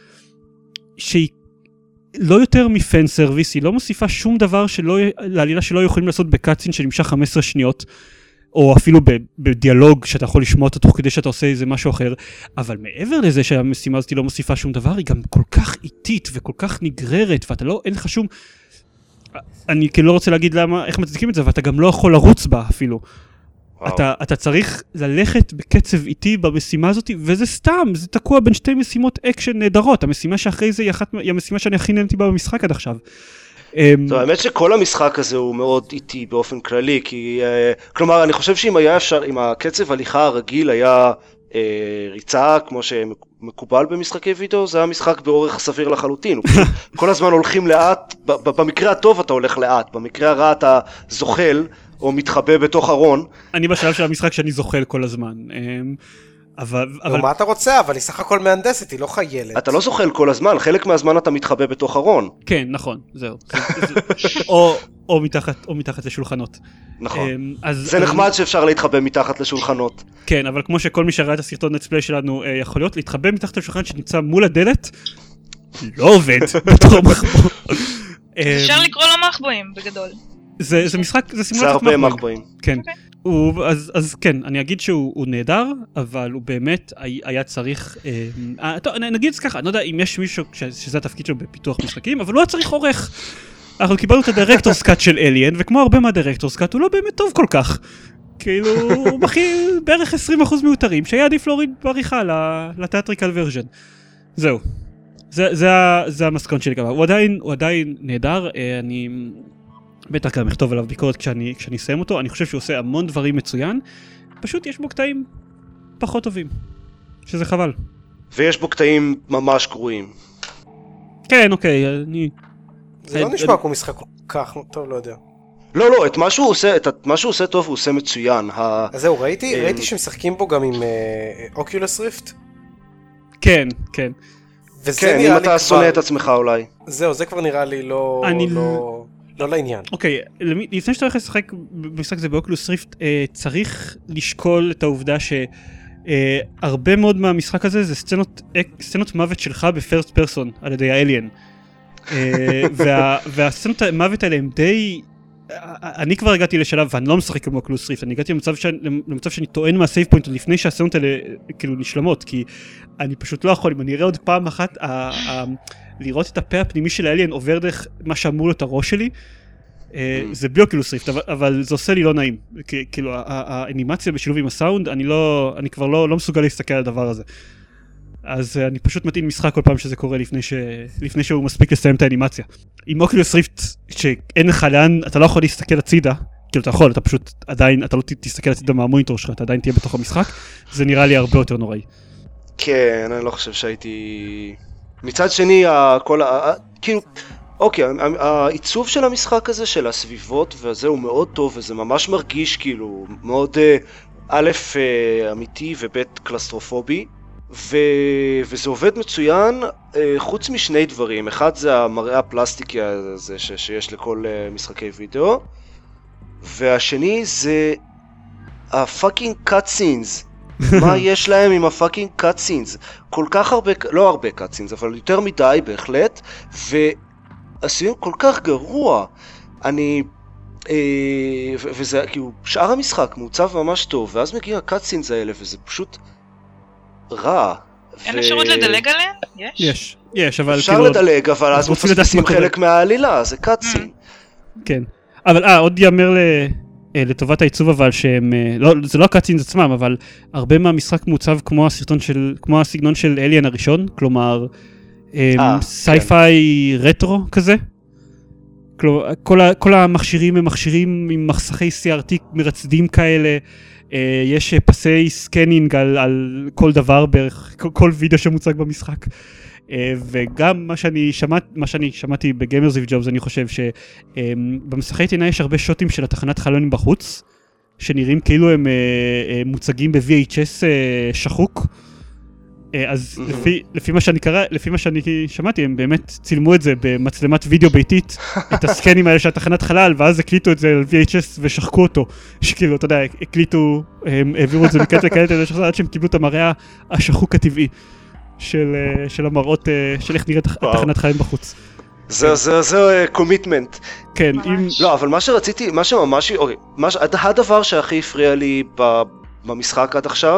S2: שהיא לא יותר מפן סרוויס, היא לא מוסיפה שום דבר שלא, לעלילה שלא יכולים לעשות בקאצין שנמשך חמש עשרה שניות, או אפילו בדיאלוג שאתה יכול לשמוע אותו תוך כדי שאתה עושה איזה משהו אחר, אבל מעבר לזה שהמשימה הזאת לא מוסיפה שום דבר, היא גם כל כך איטית וכל כך נגררת, ואתה לא, אין לך שום... אני כאילו לא רוצה להגיד למה, איך מצדיקים את זה, ואתה גם לא יכול לרוץ בה אפילו. אתה, אתה צריך ללכת בקצב איטי במשימה הזאת, וזה סתם, זה תקוע בין שתי משימות אקשן נהדרות. המשימה שאחרי זה היא, אחת, היא המשימה שאני הכי נהנתי בה במשחק עד עכשיו.
S1: טוב, האמת שכל המשחק הזה הוא מאוד איטי באופן כללי, כי, כלומר, אני חושב שאם היה אפשר, אם הקצב הליכה הרגיל היה ריצה, כמו שמקובל במשחקי וידאו, זה היה משחק באורך סביר לחלוטין. כל הזמן הולכים לאט, במקרה הטוב אתה הולך לאט, במקרה הרע אתה זוחל, או מתחבא בתוך ארון.
S2: אני בשלב של המשחק שאני זוחל כל הזמן. אבל... אבל...
S3: מה אתה רוצה? אבל היא סך הכל מהנדסת, היא לא חיילת.
S1: אתה לא זוחל כל הזמן, חלק מהזמן אתה מתחבא בתוך ארון.
S2: כן, נכון, זהו. או, או מתחת, או מתחת לשולחנות.
S1: נכון. אז זה נחמד שאפשר להתחבא מתחת לשולחנות.
S2: כן, אבל כמו שכל מי שראה את הסרטון נטספליי שלנו יכול להיות, להתחבא מתחת לשולחן שנמצא מול הדלת, לא עובד בתור מחבוא.
S4: אפשר לקרוא לו מחבואים, בגדול.
S2: זה, זה משחק, זה סימולציות
S1: מחבואים. זה הרבה מחבואים.
S2: כן. הוא, אז, אז כן, אני אגיד שהוא נהדר, אבל הוא באמת היה צריך, אה, טוב, נגיד את זה ככה, אני לא יודע אם יש מישהו שזה התפקיד שלו בפיתוח משחקים, אבל הוא היה צריך עורך. אנחנו קיבלנו את הדירקטורס קאט של אליאן, וכמו הרבה מהדירקטורס קאט, הוא לא באמת טוב כל כך. כאילו, הוא מכיל בערך עשרים אחוז מיותרים, שהיה עדיף להוריד בעריכה לתיאטריקל ורז'ן. זהו. זה, זה, זה המסקנות שלי גם. הוא עדיין, הוא עדיין נהדר, אני... בטח גם אכתוב עליו ביקורת כשאני, כשאני אסיים אותו, אני חושב שהוא עושה המון דברים מצוין, פשוט יש בו קטעים פחות טובים, שזה חבל.
S1: ויש בו קטעים ממש גרועים.
S2: כן, אוקיי, אני...
S3: זה לא נשמע כמו משחק כל כך, טוב, לא יודע.
S1: לא, לא, את מה שהוא עושה, את מה שהוא עושה טוב, הוא עושה מצוין.
S3: אז זהו, ראיתי, ראיתי שמשחקים בו גם עם אוקולוס ריפט?
S2: כן, כן.
S1: כן, אם אתה שונא את עצמך אולי.
S3: זהו, זה כבר נראה לי לא... לא לעניין.
S2: אוקיי, לפני שאתה הולך לשחק במשחק זה באוקולוס ריפט, צריך לשקול את העובדה שהרבה מאוד מהמשחק הזה זה סצנות מוות שלך בפרסט פרסון על ידי האליאן. והסצנות המוות האלה הם די... אני כבר הגעתי לשלב, ואני לא משחק עם אוקולוס ריפט, אני הגעתי למצב שאני טוען מהסייב פוינט לפני שהסצנות האלה כאילו נשלמות, כי אני פשוט לא יכול, אם אני אראה עוד פעם אחת, לראות את הפה הפנימי של האליאן עובר דרך מה שאמור להיות הראש שלי, זה בלי אוקולוס ריפט, אבל זה עושה לי לא נעים. כאילו, האנימציה בשילוב עם הסאונד, אני כבר לא מסוגל להסתכל על הדבר הזה. אז אני פשוט מטעין משחק כל פעם שזה קורה לפני, ש... לפני שהוא מספיק לסיים את האנימציה. עם אוקולוס ריפט שאין לך לאן, אתה לא יכול להסתכל הצידה, כאילו אתה יכול, אתה פשוט עדיין, אתה לא תסתכל הצידה מהמוניטור שלך, אתה עדיין תהיה בתוך המשחק, זה נראה לי הרבה יותר נוראי.
S1: כן, אני לא חושב שהייתי... מצד שני, כל ה... כאילו, אוקיי, העיצוב של המשחק הזה, של הסביבות, וזה הוא מאוד טוב, וזה ממש מרגיש כאילו, מאוד א', אמיתי וב' קלסטרופובי, ו... וזה עובד מצוין, חוץ משני דברים. אחד זה המראה הפלסטיקי הזה ש... שיש לכל משחקי וידאו, והשני זה הפאקינג קאטסינס. מה יש להם עם הפאקינג קאטסינס? כל כך הרבה, לא הרבה קאטסינס, אבל יותר מדי בהחלט, ועשינו כל כך גרוע. אני, אה, ו- וזה כאילו, שאר המשחק מעוצב ממש טוב, ואז מגיע הקאטסינס האלה, וזה פשוט רע.
S5: אין
S1: ו...
S5: אפשרות לדלג עליהם? יש?
S2: יש, יש, אבל
S1: אפשר
S2: כאילו...
S1: לדלג, אבל אז מפספסים חלק מהעלילה, זה קאטסין.
S2: כן, אבל אה, עוד יאמר ל... לטובת העיצוב אבל שהם, לא, זה לא הקאטסינס עצמם, אבל הרבה מהמשחק מוצב כמו הסרטון של, כמו הסגנון של אליאן הראשון, כלומר, סייפיי רטרו כזה. כלומר, כל, ה, כל המכשירים הם מכשירים עם מחסכי סי אר טי מרצדים כאלה, יש פסי סקנינג על, על כל דבר בערך, כל, כל וידאו שמוצג במשחק. וגם מה שאני שמעת, מה שאני שמעתי בגיימרס ויב ג'ובס, אני חושב שבמשחקי עיניי יש הרבה שוטים של התחנת חלונים בחוץ, שנראים כאילו הם מוצגים ב-וי אייץ' אס שחוק. אז לפי, לפי מה שאני קרא, לפי מה שאני שמעתי, הם באמת צילמו את זה במצלמת וידאו ביתית, את הסקנים האלה של התחנת חלל, ואז הקליטו את זה על וי אייץ' אס ושחקו אותו. שכאילו, אתה יודע, הקליטו, הם העבירו את זה מקטע לקטע, עד שהם קיבלו את המראה השחוק הטבעי. של, של המראות, של איך נראית התחנת חיים בחוץ.
S1: זה, זה, זה קומיטמנט.
S2: כן, אם...
S1: לא, אבל מה שרציתי, מה שממש, אוקיי, מה, הדבר שהכי הפריע לי במשחק עד עכשיו,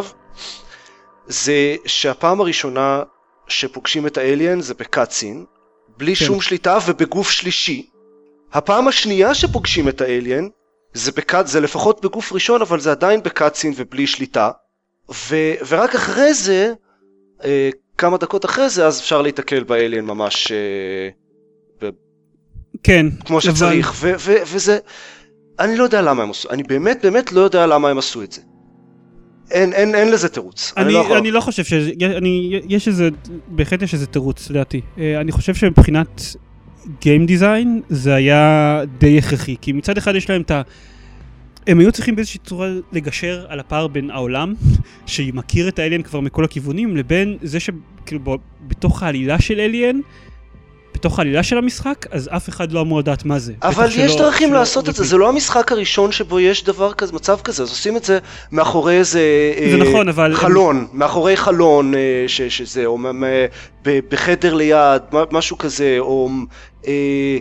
S1: זה שהפעם הראשונה שפוגשים את האליין זה בקאטסין, בלי
S2: כן.
S1: שום שליטה ובגוף שלישי. הפעם השנייה שפוגשים את האליין, זה, בקאט, זה לפחות בגוף ראשון, אבל זה עדיין בקאטסין ובלי שליטה. ו, ורק אחרי זה, אה, כמה דקות אחרי זה, אז אפשר להתקל באליין ממש אה, ב...
S2: כן,
S1: כמו שצריך, אבל... ו- ו- וזה, אני לא יודע למה הם עשו, אני באמת באמת לא יודע למה הם עשו את זה. אין, אין, אין לזה תירוץ.
S2: אני,
S1: אני, לא יכול...
S2: אני לא חושב שזה, אני, יש איזה, בהחלט יש איזה תירוץ, לדעתי. אני חושב שמבחינת גיים דיזיין, זה היה די הכרחי, כי מצד אחד יש להם את ה... הם היו צריכים באיזושהי צורה לגשר על הפער בין העולם, שמכיר את האליין כבר מכל הכיוונים, לבין זה שכאילו בתוך העלילה של אליין, בתוך העלילה של המשחק, אז אף אחד לא אמור לדעת מה זה.
S1: אבל יש שלא, דרכים שלא לעשות שלא את זה, זה לא המשחק הראשון שבו יש דבר כזה, מצב כזה, אז עושים את זה מאחורי איזה
S2: זה אה, נכון, אבל
S1: חלון, הם... מאחורי חלון אה, ש, שזה, או אה, ב, בחדר ליד, משהו כזה, או אה,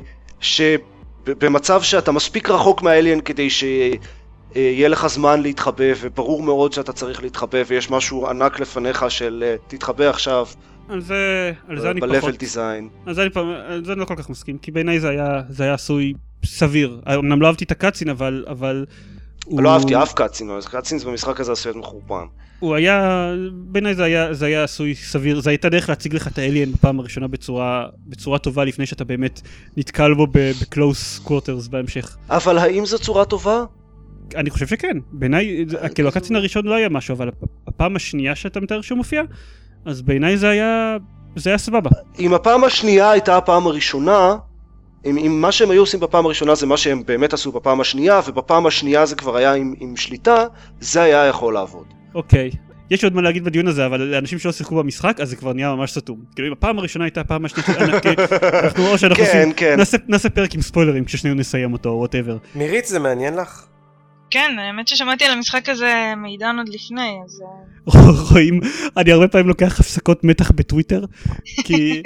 S1: שבמצב שאתה מספיק רחוק מהאליין כדי שיהיה לך זמן להתחבא, וברור מאוד שאתה צריך להתחבא, ויש משהו ענק לפניך של תתחבא עכשיו,
S2: על זה, על זה אני פחות.
S1: ב-level design.
S2: על זה אני, על זה אני לא כל כך מסכים, כי בעיניי זה היה, זה היה עשוי סביר. אמנם לא אהבתי את הקאטסין, אבל, אבל...
S1: הוא... לא אהבתי אף קאטסין, אבל קאטסין במשחק הזה עשוי להיות מחורבן.
S2: הוא היה, בעיניי זה היה, זה היה עשוי סביר, זה הייתה דרך להציג לך את האליין בפעם הראשונה בצורה, בצורה טובה, לפני שאתה באמת נתקל בו ב-close quarters בהמשך.
S1: אבל האם זו צורה טובה?
S2: אני חושב שכן. בעיניי, כאילו הקאטסין הראשון לא היה משהו, אבל הפעם השנייה שאתה מתאר שהוא מופיע, אז בעיניי זה היה, זה היה סבבה.
S1: אם הפעם השנייה הייתה הפעם הראשונה, אם, אם מה שהם היו עושים בפעם הראשונה זה מה שהם באמת עשו בפעם השנייה, ובפעם השנייה זה כבר היה עם, עם שליטה, זה היה יכול לעבוד.
S2: אוקיי. יש עוד מה להגיד בדיון הזה, אבל לאנשים שלא שיחקו במשחק, אז זה כבר נהיה ממש סתום. כאילו, אם הפעם הראשונה הייתה הפעם השנייה, אנחנו או שאנחנו
S1: כן,
S2: עושים,
S1: כן.
S2: נעשה, נעשה פרק עם ספוילרים כששנינו נסיים אותו, או whatever.
S3: מירית, זה מעניין לך?
S5: כן, האמת ששמעתי על המשחק הזה מעידן עוד לפני, אז...
S2: רואים, אני הרבה פעמים לוקח הפסקות מתח בטוויטר, כי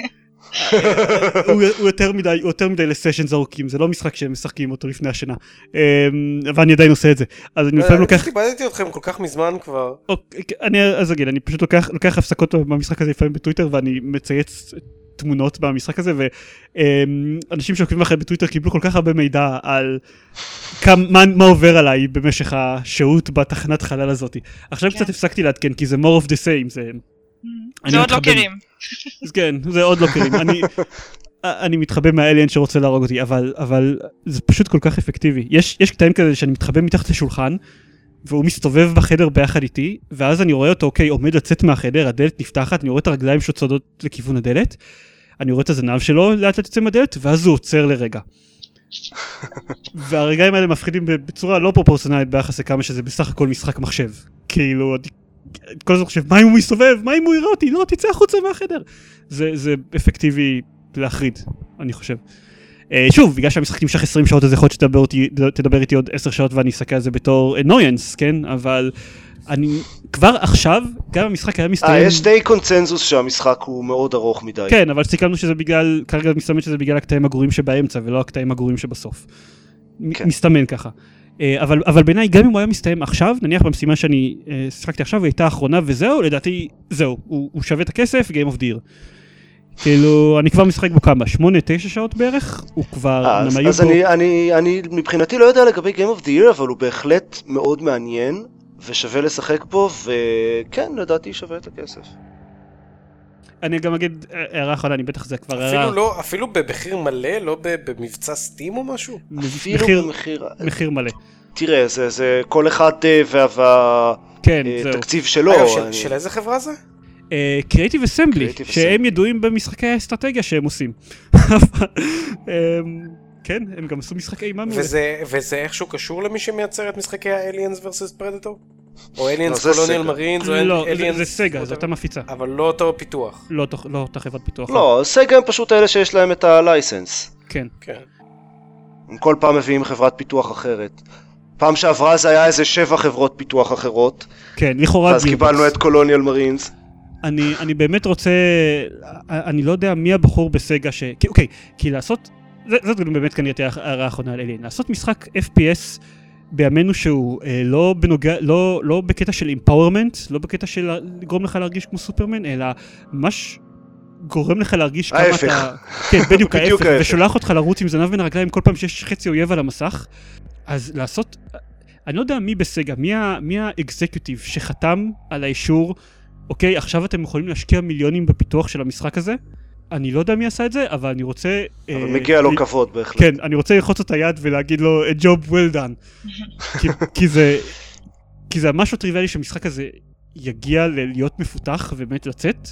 S2: הוא יותר מדי, הוא יותר מדי לסשנס ארוכים, זה לא משחק שהם משחקים אותו לפני השנה, אבל אני עדיין עושה את זה, אז אני לפעמים לוקח...
S3: קיבלתי אתכם כל כך מזמן כבר.
S2: אז אגיד, אני פשוט לוקח הפסקות במשחק הזה לפעמים בטוויטר, ואני מצייץ תמונות במשחק הזה, ואנשים שעוקבים אחרי בטוויטר קיבלו כל כך הרבה מידע על מה, מה עובר עליי במשך השהות בתחנת חלל הזאת. עכשיו קצת הפסקתי לעדכן, כי זה more of the same, זה
S5: זה עוד לא קרים.
S2: כן, זה עוד לא קרים. אני... אני מתחבא מהאליין שרוצה להרוג אותי, אבל, אבל זה פשוט כל כך אפקטיבי. יש, יש קטעים כזה שאני מתחבא מתחת לשולחן, והוא מסתובב בחדר ביחד איתי, ואז אני רואה אותו, אוקיי, עומד לצאת מהחדר, הדלת נפתחת, אני רואה את הרגליים שצועדות לכיוון הדלת, אני רואה את הזנב שלו לאט לאט יוצא מהדלת, ואז הוא עוצר לרגע. והרגעים האלה מפחידים בצורה לא פרופורציונלית ביחס לכמה שזה בסך הכל משחק מחשב. כאילו, כל הזמן חושב, מה אם הוא מסתובב? מה אם הוא יראה אותי? לא, תצא החוצה מהחדר. זה, זה אפקטיבי להחריד, אני חושב. שוב, בגלל שהמשחק נמשך עשרים שעות, אז יכול להיות שתדבר איתי עוד עשר שעות ואני אסתכל על זה בתור annoyance, כן? אבל אני כבר עכשיו, גם המשחק היה מסתיים...
S1: אה, יש די קונצנזוס שהמשחק הוא מאוד ארוך מדי.
S2: כן, אבל סיכמנו שזה בגלל, כרגע מסתמן שזה בגלל הקטעים הגרועים שבאמצע, ולא הקטעים הגרועים שבסוף. מסתמן ככה. אבל, אבל בעיניי, גם אם הוא היה מסתיים עכשיו, נניח במשימה שאני שחקתי עכשיו, היא הייתה האחרונה, וזהו, לדעתי, זהו, הוא, הוא שווה את הכסף, Game of the Year. כאילו, אני כבר משחק בו כמה, שמונה, תשע שעות בערך, הוא כבר...
S1: אז, אז אני, אני, אני מבחינתי לא יודע לגבי Game of the Year, אבל הוא בהחלט מאוד מעניין, ושווה לשחק בו, וכן, לדעתי שווה את הכסף.
S2: אני גם אגיד, הערה אחרונה, אני בטח זה כבר
S3: אפילו
S2: הערה...
S3: לא, אפילו במחיר מלא, לא במבצע סטים או משהו?
S1: אפילו
S2: מחיר,
S1: במחיר...
S2: מחיר מלא.
S1: תראה, זה, זה כל אחד והתקציב
S2: כן,
S1: שלו.
S3: אה, של,
S1: אני...
S3: של איזה חברה זה?
S2: קריאיטיב אסמבלי, שהם ידועים במשחקי האסטרטגיה שהם עושים. כן, הם גם עשו משחקי אימה מעולה.
S3: וזה איכשהו קשור למי שמייצר את משחקי האליאנס versus פרדטור? או אליאנס קולוניאל מרינס?
S2: לא, זה סגה, זו אותה מפיצה.
S3: אבל לא אותו פיתוח.
S2: לא אותה חברת פיתוח.
S1: לא, סגה הם פשוט אלה שיש להם את הלייסנס.
S2: כן.
S1: הם כל פעם מביאים חברת פיתוח אחרת. פעם שעברה זה היה איזה שבע חברות פיתוח אחרות.
S2: כן, לכאורה...
S1: אז קיבלנו את קולוניאל מרינס.
S2: אני, אני באמת רוצה, אני לא יודע מי הבחור בסגה ש... כי, אוקיי, כי לעשות, זאת באמת כנראה תהיה הערה האחרונה על אליין, לעשות משחק אף פי אס בימינו שהוא אה, לא בנוגע, לא, לא בקטע של אמפאורמנט, לא בקטע של לגרום לך להרגיש כמו סופרמן, אלא ממש גורם לך להרגיש כמה
S1: ההפך.
S2: אתה... כן, בדיוק ההפך,
S1: ההפך.
S2: ושולח אותך לרוץ עם זנב בין הרגליים כל פעם שיש חצי אויב על המסך, אז לעשות, אני לא יודע מי בסגה, מי, ה, מי האקזקיוטיב שחתם על האישור, אוקיי, עכשיו אתם יכולים להשקיע מיליונים בפיתוח של המשחק הזה, אני לא יודע מי עשה את זה, אבל אני רוצה...
S1: אבל מגיע לו כבוד בהחלט.
S2: כן, אני רוצה ללחוץ את היד ולהגיד לו, a job well done. כי זה... כי זה משהו טריוויאלי שהמשחק הזה יגיע להיות מפותח ובאמת לצאת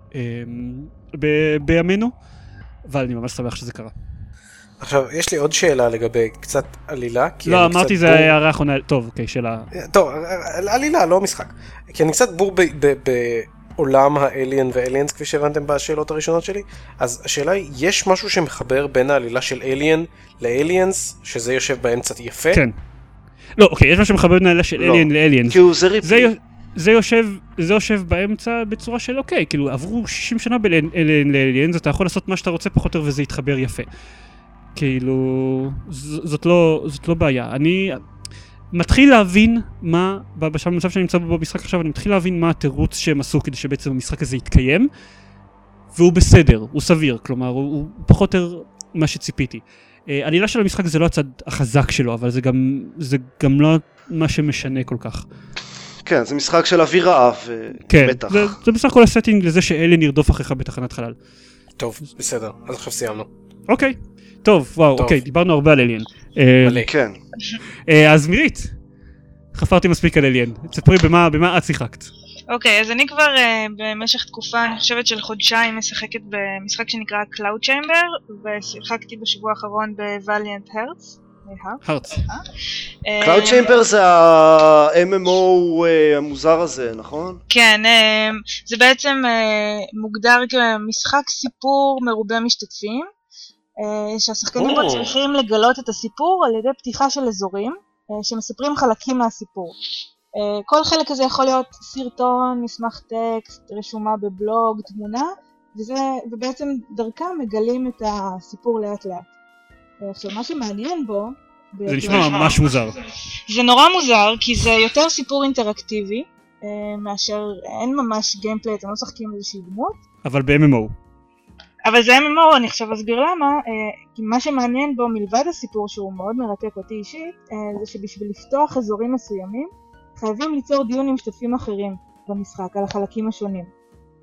S2: בימינו, אבל אני ממש שמח שזה קרה.
S3: עכשיו, יש לי עוד שאלה לגבי קצת עלילה.
S2: לא, אמרתי זה הערה האחרונה, טוב, אוקיי, שאלה.
S3: טוב, עלילה, לא משחק. כי אני קצת בור בעולם האליין ואליאנס, כפי שהבנתם בשאלות הראשונות שלי. אז השאלה היא, יש משהו שמחבר בין העלילה של אליין לאליאנס, שזה יושב באמצע יפה? כן.
S2: לא, אוקיי, יש משהו שמחבר בין העלילה של אליין לאליאנס.
S1: כי הוא זה ריפלי.
S2: זה יושב, זה יושב באמצע בצורה של אוקיי, כאילו עברו שישים שנה באליין לאליאנס, אתה יכול לעשות מה שאתה רוצה פחות או יותר וזה יתחבר יפה. כאילו, זאת לא, זאת לא בעיה. אני מתחיל להבין מה, במצב שאני נמצא במשחק עכשיו, אני מתחיל להבין מה התירוץ שהם עשו כדי שבעצם המשחק הזה יתקיים, והוא בסדר, הוא סביר, כלומר, הוא, הוא פחות או יותר מה שציפיתי. העלילה של המשחק זה לא הצד החזק שלו, אבל זה גם, זה גם לא מה שמשנה כל כך.
S1: כן, זה משחק של אווירה ומתח.
S2: כן, זה, זה בסך הכל הסטינג לזה שאלן ירדוף אחריך בתחנת חלל.
S3: טוב, בסדר, אז עכשיו סיימנו.
S2: אוקיי. טוב, וואו, אוקיי, דיברנו הרבה על אליין.
S3: מלא.
S1: כן.
S2: אז מירית, חפרתי מספיק על אליין. תספרי במה את שיחקת.
S5: אוקיי, אז אני כבר במשך תקופה, אני חושבת של חודשיים, משחקת במשחק שנקרא Cloud Chamber, ושיחקתי בשבוע האחרון ב-Valiant Hearts.
S2: Hearts.
S1: Cloud Chamber זה ה-אם אם או המוזר הזה, נכון?
S5: כן, זה בעצם מוגדר כמשחק סיפור מרובה משתתפים. שהשחקנים פה צריכים לגלות את הסיפור על ידי פתיחה של אזורים שמספרים חלקים מהסיפור. כל חלק הזה יכול להיות סרטון, מסמך טקסט, רשומה בבלוג, תמונה, וזה, ובעצם דרכם מגלים את הסיפור לאט לאט. עכשיו, מה שמעניין בו...
S2: זה נשמע ממש מוזר.
S5: זה נורא מוזר, כי זה יותר סיפור אינטראקטיבי, מאשר אין ממש גיימפליי, אתם לא משחקים איזושהי דמות.
S2: אבל ב-אם אם או.
S5: אבל זה אם אם או, אני עכשיו אסביר למה, כי מה שמעניין בו מלבד הסיפור שהוא מאוד מרתק אותי אישית, זה שבשביל לפתוח אזורים מסוימים, חייבים ליצור דיון עם משתתפים אחרים במשחק על החלקים השונים.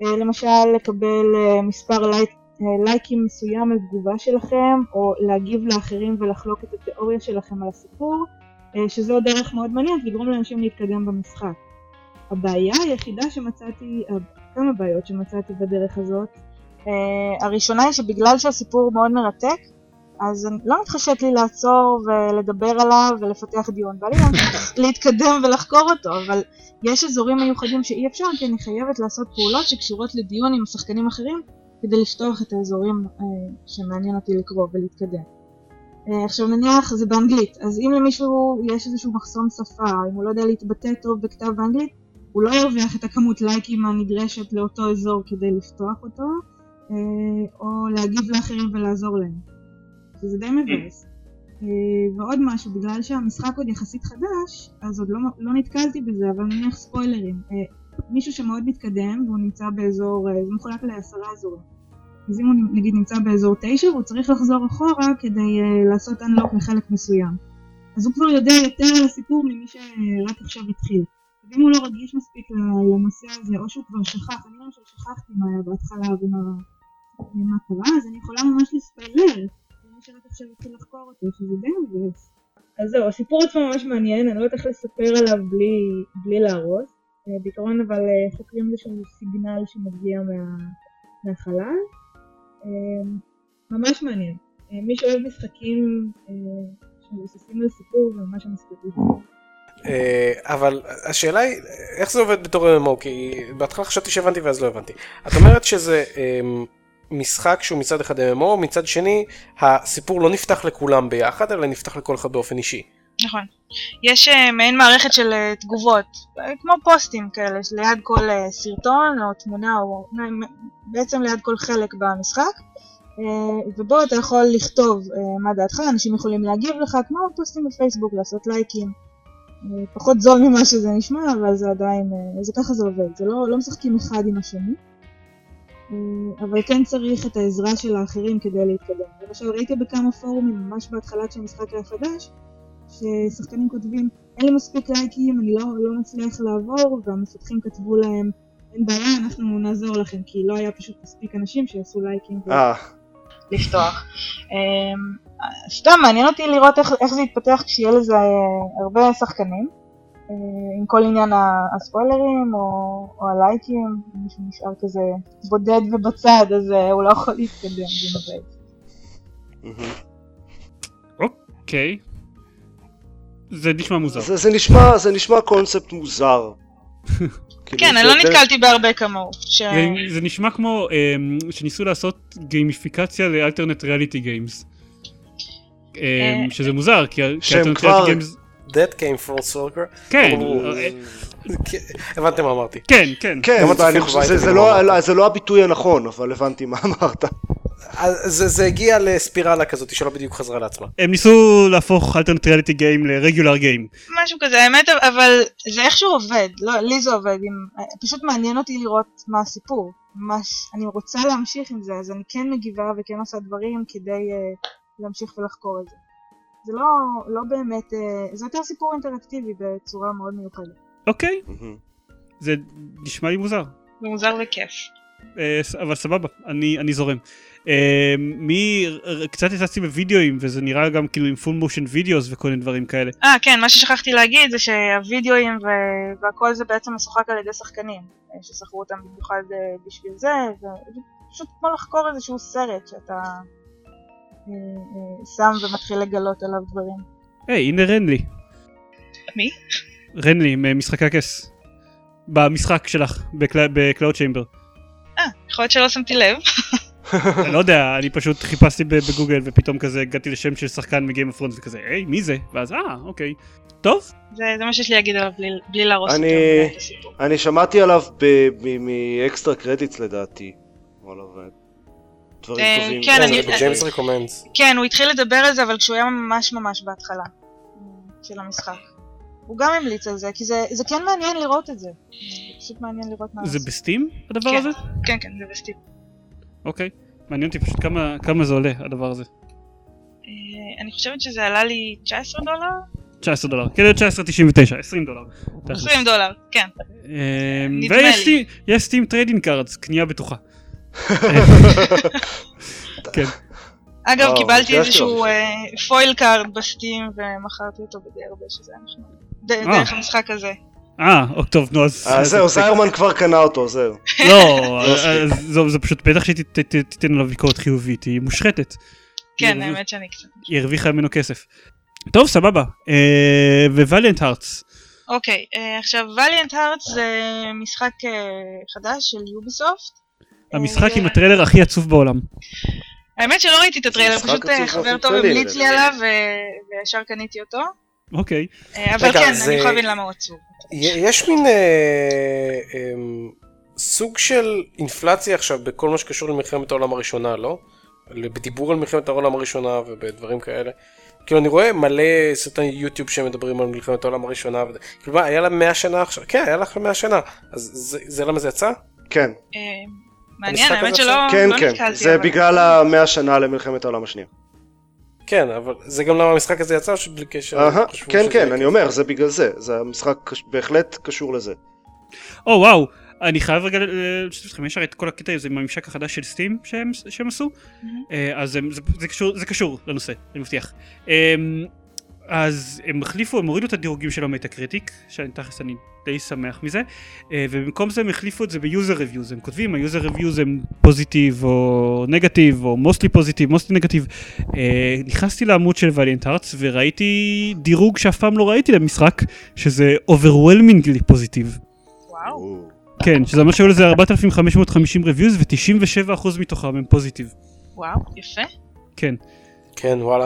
S5: למשל לקבל מספר לייק, לייקים מסוים על תגובה שלכם, או להגיב לאחרים ולחלוק את התיאוריה שלכם על הסיפור, שזו דרך מאוד מעניינת לגרום לאנשים להתקדם במשחק. הבעיה היחידה שמצאתי, כמה בעיות שמצאתי בדרך הזאת, הראשונה היא שבגלל שהסיפור מאוד מרתק, אז לא מתחשק לי לעצור ולדבר עליו ולפתח דיון, בא לי להתקדם ולחקור אותו, אבל יש אזורים מיוחדים שאי אפשר, כי אני חייבת לעשות פעולות שקשורות לדיון עם שחקנים אחרים, כדי לפתוח את האזורים אה, שמעניין אותי לקרוא ולהתקדם. אה, עכשיו נניח זה באנגלית, אז אם למישהו יש איזשהו מחסום שפה, אם הוא לא יודע להתבטא טוב בכתב באנגלית, הוא לא ירוויח את הכמות לייקים הנדרשת לאותו אזור כדי לפתוח אותו, אה, או להגיב לאחרים ולעזור להם. זה די מבאס. אה, ועוד משהו, בגלל שהמשחק עוד יחסית חדש, אז עוד לא, לא נתקלתי בזה, אבל נניח ספוילרים. אה, מישהו שמאוד מתקדם, והוא נמצא באזור, זה מחולק לעשרה אזורים. אז אם הוא נגיד נמצא באזור תשע, הוא צריך לחזור אחורה כדי uh, לעשות אנלוק לחלק מסוים. אז הוא כבר יודע יותר על הסיפור ממי שרק עכשיו התחיל. ואם הוא לא רגיש מספיק לנושא הזה, או שהוא כבר שכח, אני למשל שכחתי מה היה בהתחלה ומה קרה, אז אני יכולה ממש לספיילר, למי שרק עכשיו התחיל לחקור אותו, שזה די מבאס. אז זהו, הסיפור עצמו ממש מעניין, אני לא יודעת איך לספר עליו בלי, בלי להרוס. בעיקרון אבל חוקרים איזשהו סיגנל שמגיע מה, מהחלל. ממש מעניין. מי שאוהב משחקים שמבוססים על סיפור זה ממש מספיק.
S3: אבל השאלה היא, איך זה עובד בתור אם אם או? כי בהתחלה חשבתי שהבנתי ואז לא הבנתי. את אומרת שזה משחק שהוא מצד אחד אם אם או, מצד שני הסיפור לא נפתח לכולם ביחד, אלא נפתח לכל אחד באופן אישי.
S5: נכון. יש uh, מעין מערכת של uh, תגובות, כמו פוסטים כאלה, ליד כל uh, סרטון או תמונה, או בעצם ליד כל חלק במשחק, uh, ובו אתה יכול לכתוב uh, מה דעתך, אנשים יכולים להגיב לך, כמו פוסטים בפייסבוק, לעשות לייקים, uh, פחות זול ממה שזה נשמע, אבל זה עדיין, uh, זה ככה זה עובד, זה לא, לא משחקים אחד עם השני, uh, אבל כן צריך את העזרה של האחרים כדי להתקדם. למשל ראיתי בכמה פורומים, ממש בהתחלת שהמשחק היה חדש, ששחקנים כותבים, אין לי מספיק לייקים, אני לא, לא מצליח לעבור, והמפתחים כתבו להם, אין בעיה, אנחנו נעזור לכם, כי לא היה פשוט מספיק אנשים שיעשו לייקים ולפתוח. סתם, מעניין אותי לראות איך, איך זה יתפתח כשיהיה לזה הרבה שחקנים, עם כל עניין הספוילרים או, או הלייקים, מישהו נשאר כזה בודד ובצד, אז הוא לא יכול להתקדם.
S2: אוקיי. זה נשמע מוזר.
S1: זה, זה נשמע, זה נשמע קונספט מוזר.
S5: כן, אני לא נתקלתי בהרבה כמוהו. ש...
S2: זה, זה נשמע כמו um, שניסו לעשות גיימיפיקציה לאלטרנט ריאליטי גיימס. Um, שזה מוזר, כי אלטרנט ריאליטי גיימס...
S3: That came full circle.
S2: כן.
S3: הבנתם מה אמרתי.
S2: כן, כן.
S1: כן, זה לא הביטוי הנכון, אבל הבנתי מה אמרת.
S3: זה, זה הגיע לספירלה כזאת שלא בדיוק חזרה לעצמה.
S2: הם ניסו להפוך אלטרנט ריאליטי גיים לרגולר גיים.
S5: משהו כזה, האמת, אבל זה איכשהו עובד, לא, לי זה עובד, עם, פשוט מעניין אותי לראות מה הסיפור, ממש, אני רוצה להמשיך עם זה, אז אני כן מגיבה וכן עושה דברים כדי uh, להמשיך ולחקור את זה. זה לא, לא באמת, uh, זה יותר סיפור אינטראקטיבי בצורה מאוד מיוחדת.
S2: אוקיי, זה נשמע לי מוזר.
S5: זה מוזר וכיף.
S2: אבל סבבה, אני, אני זורם. מי, קצת יצאתי בווידאוים, וזה נראה גם כאילו עם full motion videos וכל מיני דברים כאלה.
S5: אה, כן, מה ששכחתי להגיד זה שהווידאוים והכל זה בעצם משוחק על ידי שחקנים, ששחרו אותם במיוחד בשביל זה, ופשוט כמו לחקור איזשהו סרט שאתה שם ומתחיל לגלות עליו דברים.
S2: היי, הנה רנלי.
S5: מי?
S2: רנלי, ממשחקי הכס. במשחק שלך, בקלאוד צ'יימבר.
S5: אה, יכול להיות שלא שמתי לב.
S2: אני לא יודע, אני פשוט חיפשתי בגוגל ופתאום כזה הגעתי לשם של שחקן מגיים אוף ת'רונס וכזה, היי, מי זה? ואז, אה, אוקיי. טוב?
S5: זה מה שיש לי להגיד עליו בלי להרוס אותו.
S1: אני שמעתי עליו מאקסטרה קרדיטס לדעתי. דברים טובים.
S5: כן, הוא התחיל לדבר על זה, אבל כשהוא היה ממש ממש בהתחלה של המשחק. הוא גם המליץ על זה, כי זה, זה כן מעניין לראות את זה. זה פשוט מעניין לראות מה
S2: זה. זה בסטים, הדבר
S5: כן,
S2: הזה?
S5: כן, כן, זה בסטים.
S2: אוקיי. מעניין אותי פשוט כמה, כמה זה עולה, הדבר הזה.
S5: אני חושבת שזה עלה לי תשע עשרה דולר,
S2: תשע עשרה דולר, כאילו תשע עשרה תשעים ותשע, עשרים דולר.
S5: עשרים דולר, כן.
S2: ויש סטים טריידינג קארדס, קנייה בטוחה. כן.
S5: אגב, קיבלתי איזשהו פויל קארד בסטים ומכרתי אותו בדי הרבה שזה היה נחמד. דרך המשחק הזה.
S2: אה, טוב, נו אז...
S1: זהו, זיירמן כבר קנה אותו, זהו.
S2: לא, זה פשוט בטח שתיתן עליו ביקורת חיובית, היא מושחתת.
S5: כן, האמת שאני קצת.
S2: היא הרוויחה ממנו כסף. טוב, סבבה. ווליאנט הארטס.
S5: אוקיי, עכשיו ווליאנט הארטס זה משחק חדש של יוביסופט.
S2: המשחק עם הטריילר הכי עצוב בעולם.
S5: האמת שלא ראיתי את הטריילר, פשוט חבר טוב המליץ לי עליו וישר קניתי אותו.
S2: אוקיי.
S5: אבל כן, אני יכולה להבין למה הוא עצוב.
S3: יש מין סוג של אינפלציה עכשיו בכל מה שקשור למלחמת העולם הראשונה, לא? בדיבור על מלחמת העולם הראשונה ובדברים כאלה. כאילו אני רואה מלא סרטוני יוטיוב שמדברים על מלחמת העולם הראשונה. כאילו מה, היה לה מאה שנה עכשיו? כן, היה לה מאה שנה. אז זה למה זה יצא?
S1: כן.
S5: מעניין, האמת שלא
S1: נתקלתי. כן, כן, זה בגלל המאה שנה למלחמת העולם השנייה.
S3: כן, אבל זה גם למה המשחק הזה יצא, שבלי קשר...
S1: כן, כן, אני אומר, זה בגלל זה. זה המשחק בהחלט קשור לזה.
S2: או, וואו. אני חייב רגע לשתף אתכם, יש הרי את כל הקטע הזה עם הממשק החדש של סטים שהם עשו, אז זה קשור לנושא, אני מבטיח. אז הם החליפו, הם הורידו את הדירוגים של המטה-קריטיק, שאני תכף אני די שמח מזה, ובמקום זה הם החליפו את זה ביוזר ריוויוז, הם כותבים, היוזר ריוויוז הם פוזיטיב או נגטיב, או מוסטלי פוזיטיב, מוסטלי נגטיב. נכנסתי לעמוד של Valiant Hearts וראיתי דירוג שאף פעם לא ראיתי למשחק, שזה overwhelmingly פוזיטיב.
S5: וואו.
S2: כן, שזה אומר שהיו לזה ארבעת אלפים חמש מאות וחמישים ריוויוז ו-תשעים ושבעה אחוז מתוכם הם פוזיטיב.
S5: וואו, יפה.
S2: כן.
S3: כן, וואלה.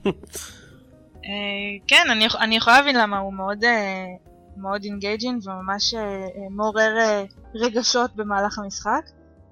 S5: כן, אני יכולה להבין למה הוא מאוד מאוד אינגייג'ינג וממש מעורר רגשות במהלך המשחק.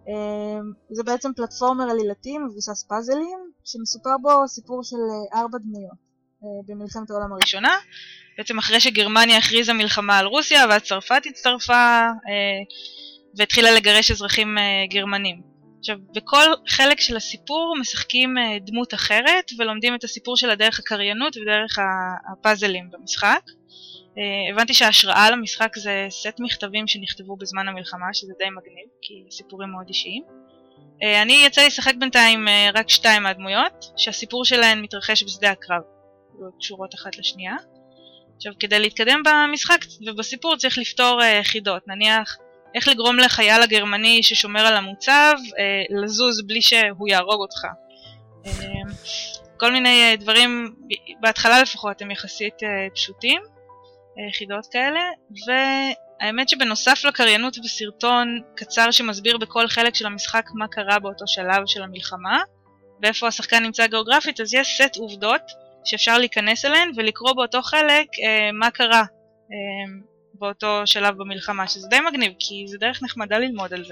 S5: זה בעצם פלטפורמר עלילתי מבוסס פאזלים, שמסופר בו סיפור של ארבע דמויות במלחמת העולם הראשונה. בעצם אחרי שגרמניה הכריזה מלחמה על רוסיה, ואז צרפת הצטרפה והתחילה לגרש אזרחים גרמנים. עכשיו, בכל חלק של הסיפור משחקים דמות אחרת, ולומדים את הסיפור שלה דרך הקריינות ודרך הפאזלים במשחק. הבנתי שההשראה למשחק זה סט מכתבים שנכתבו בזמן המלחמה, שזה די מגניב, כי סיפורים מאוד אישיים. אני יצא לי לשחק בינתיים רק שתיים מהדמויות, שהסיפור שלהן מתרחש בשדה הקרב, קשורות אחת לשנייה. עכשיו, כדי להתקדם במשחק ובסיפור צריך לפתור uh, חידות, נניח איך לגרום לחייל הגרמני ששומר על המוצב uh, לזוז בלי שהוא יהרוג אותך. Uh, כל מיני uh, דברים, בהתחלה לפחות הם יחסית uh, פשוטים, uh, חידות כאלה, והאמת שבנוסף לקריינות בסרטון קצר שמסביר בכל חלק של המשחק מה קרה באותו שלב של המלחמה, ואיפה השחקן נמצא גיאוגרפית, אז יש סט עובדות, שאפשר להיכנס אליהן ולקרוא באותו חלק אה, מה קרה אה, באותו שלב במלחמה, שזה די מגניב, כי זה דרך נחמדה ללמוד על זה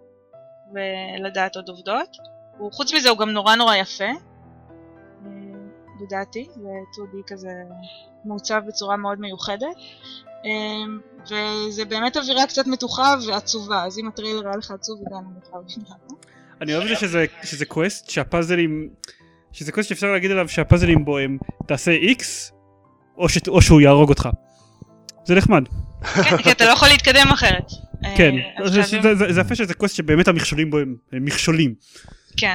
S5: ולדעת עוד עובדות. וחוץ מזה הוא גם נורא נורא יפה, אה, לדעתי, ו-טו די כזה מעוצב בצורה מאוד מיוחדת, אה, וזה באמת אווירה קצת מתוחה ועצובה, אז אם הטריילר היה לך עצוב, עדיין אני יכולה בשבילה.
S2: אני אוהב את זה שזה, שזה קווסט שהפאזלים... שזה קווסט שאפשר להגיד עליו שהפאזלים בו הם תעשה X או, ש... או שהוא יהרוג אותך. זה נחמד.
S5: כן, כי אתה לא יכול להתקדם אחרת.
S2: כן, זה, זה, זה, זה יפה שזה קווסט שבאמת המכשולים בו הם, הם מכשולים.
S5: כן.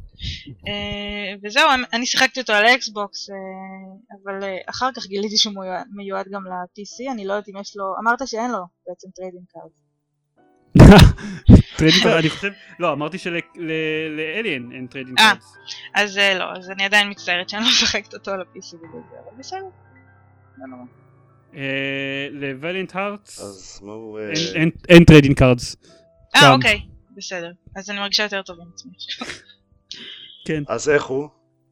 S5: וזהו, אני שיחקתי אותו על האקסבוקס, אבל אחר כך גיליתי שהוא מיועד גם ל-פי סי, אני לא יודעת אם יש לו, אמרת שאין לו בעצם טריידינג קארד.
S2: טריידינג קארד, אני חושב, לא, אמרתי שלאליין אין טריידינג קארד.
S5: אז לא, אז אני עדיין מצטערת שאני לא משחקת אותו על ה-פי סי בגלל זה, אבל בסדר, לא נורא.
S2: ל-Valiant Hearts
S1: אז
S2: אין טריידינג קארדס.
S5: אה, אוקיי, בסדר, אז אני מרגישה יותר טוב עם עצמי.
S2: כן.
S1: אז איך הוא?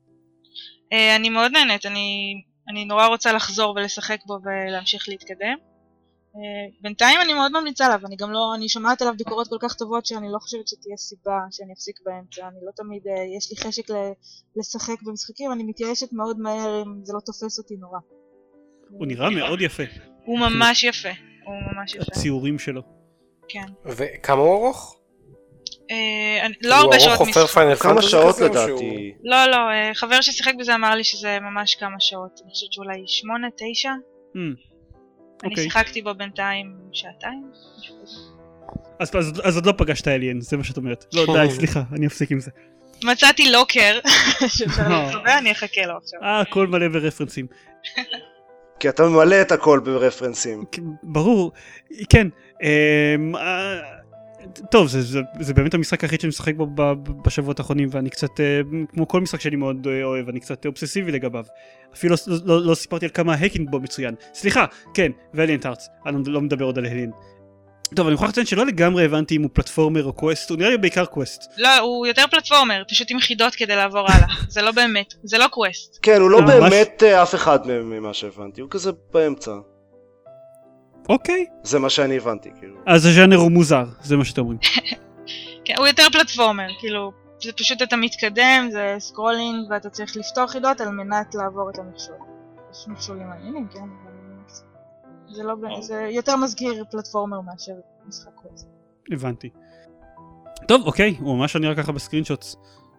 S5: אני מאוד נהנית, אני נורא רוצה לחזור ולשחק בו ולהמשיך להתקדם. בינתיים אני מאוד ממליצה עליו, אני גם לא, אני שומעת עליו ביקורות כל כך טובות שאני לא חושבת שתהיה סיבה שאני אפסיק באמצע, אני לא תמיד, יש לי חשק לשחק במשחקים, אני מתייאשת מאוד מהר אם זה לא תופס אותי נורא.
S2: הוא נראה מאוד יפה.
S5: הוא ממש יפה, הוא ממש יפה.
S2: הציורים שלו.
S5: כן.
S3: וכמה הוא ארוך?
S5: לא הרבה שעות משחק.
S1: כמה שעות לדעתי?
S5: לא, לא, חבר ששיחק בזה אמר לי שזה ממש כמה שעות. אני חושבת שאולי שמונה, תשע. אני שיחקתי בו בינתיים שעתיים.
S2: אז עוד לא פגשת אליין, זה מה שאת אומרת. לא, די, סליחה, אני אפסיק עם זה.
S5: מצאתי לוקר שאפשר להתחבא, אני אחכה לו עכשיו.
S2: אה, הכל מלא ברפרנסים.
S1: כי אתה ממלא את הכל ברפרנסים.
S2: ברור, כן. טוב, זה באמת המשחק היחיד שאני משחק בו בשבועות האחרונים, ואני קצת, כמו כל משחק שאני מאוד אוהב, אני קצת אובססיבי לגביו. אפילו לא סיפרתי על כמה ההקינג בו מצוין. סליחה, כן, ואליאנט ארטס, אני לא מדבר עוד על אליין. טוב, אני מוכרח לציין שלא לגמרי הבנתי אם הוא פלטפורמר או קווסט, הוא נראה לי בעיקר קווסט.
S5: לא, הוא יותר פלטפורמר, פשוט עם חידות כדי לעבור הלאה. זה לא באמת, זה לא קווסט.
S1: כן, הוא לא באמת אף אחד ממה שהבנתי, הוא כזה באמצע.
S2: אוקיי.
S1: זה מה שאני הבנתי, כאילו.
S2: אז הז'אנר הוא מוזר, זה מה שאתם אומרים.
S5: כן, הוא יותר פלטפורמר, כאילו, זה פשוט אתה מתקדם, זה סקרולינג, ואתה צריך לפתור חידות על מנת לעבור את המכשול. יש מכשולים מעניינים, כן? זה לא, זה יותר מזכיר פלטפורמר מאשר משחק קווסט.
S2: הבנתי. טוב, אוקיי, הוא ממש נראה ככה בסקרינשוטס.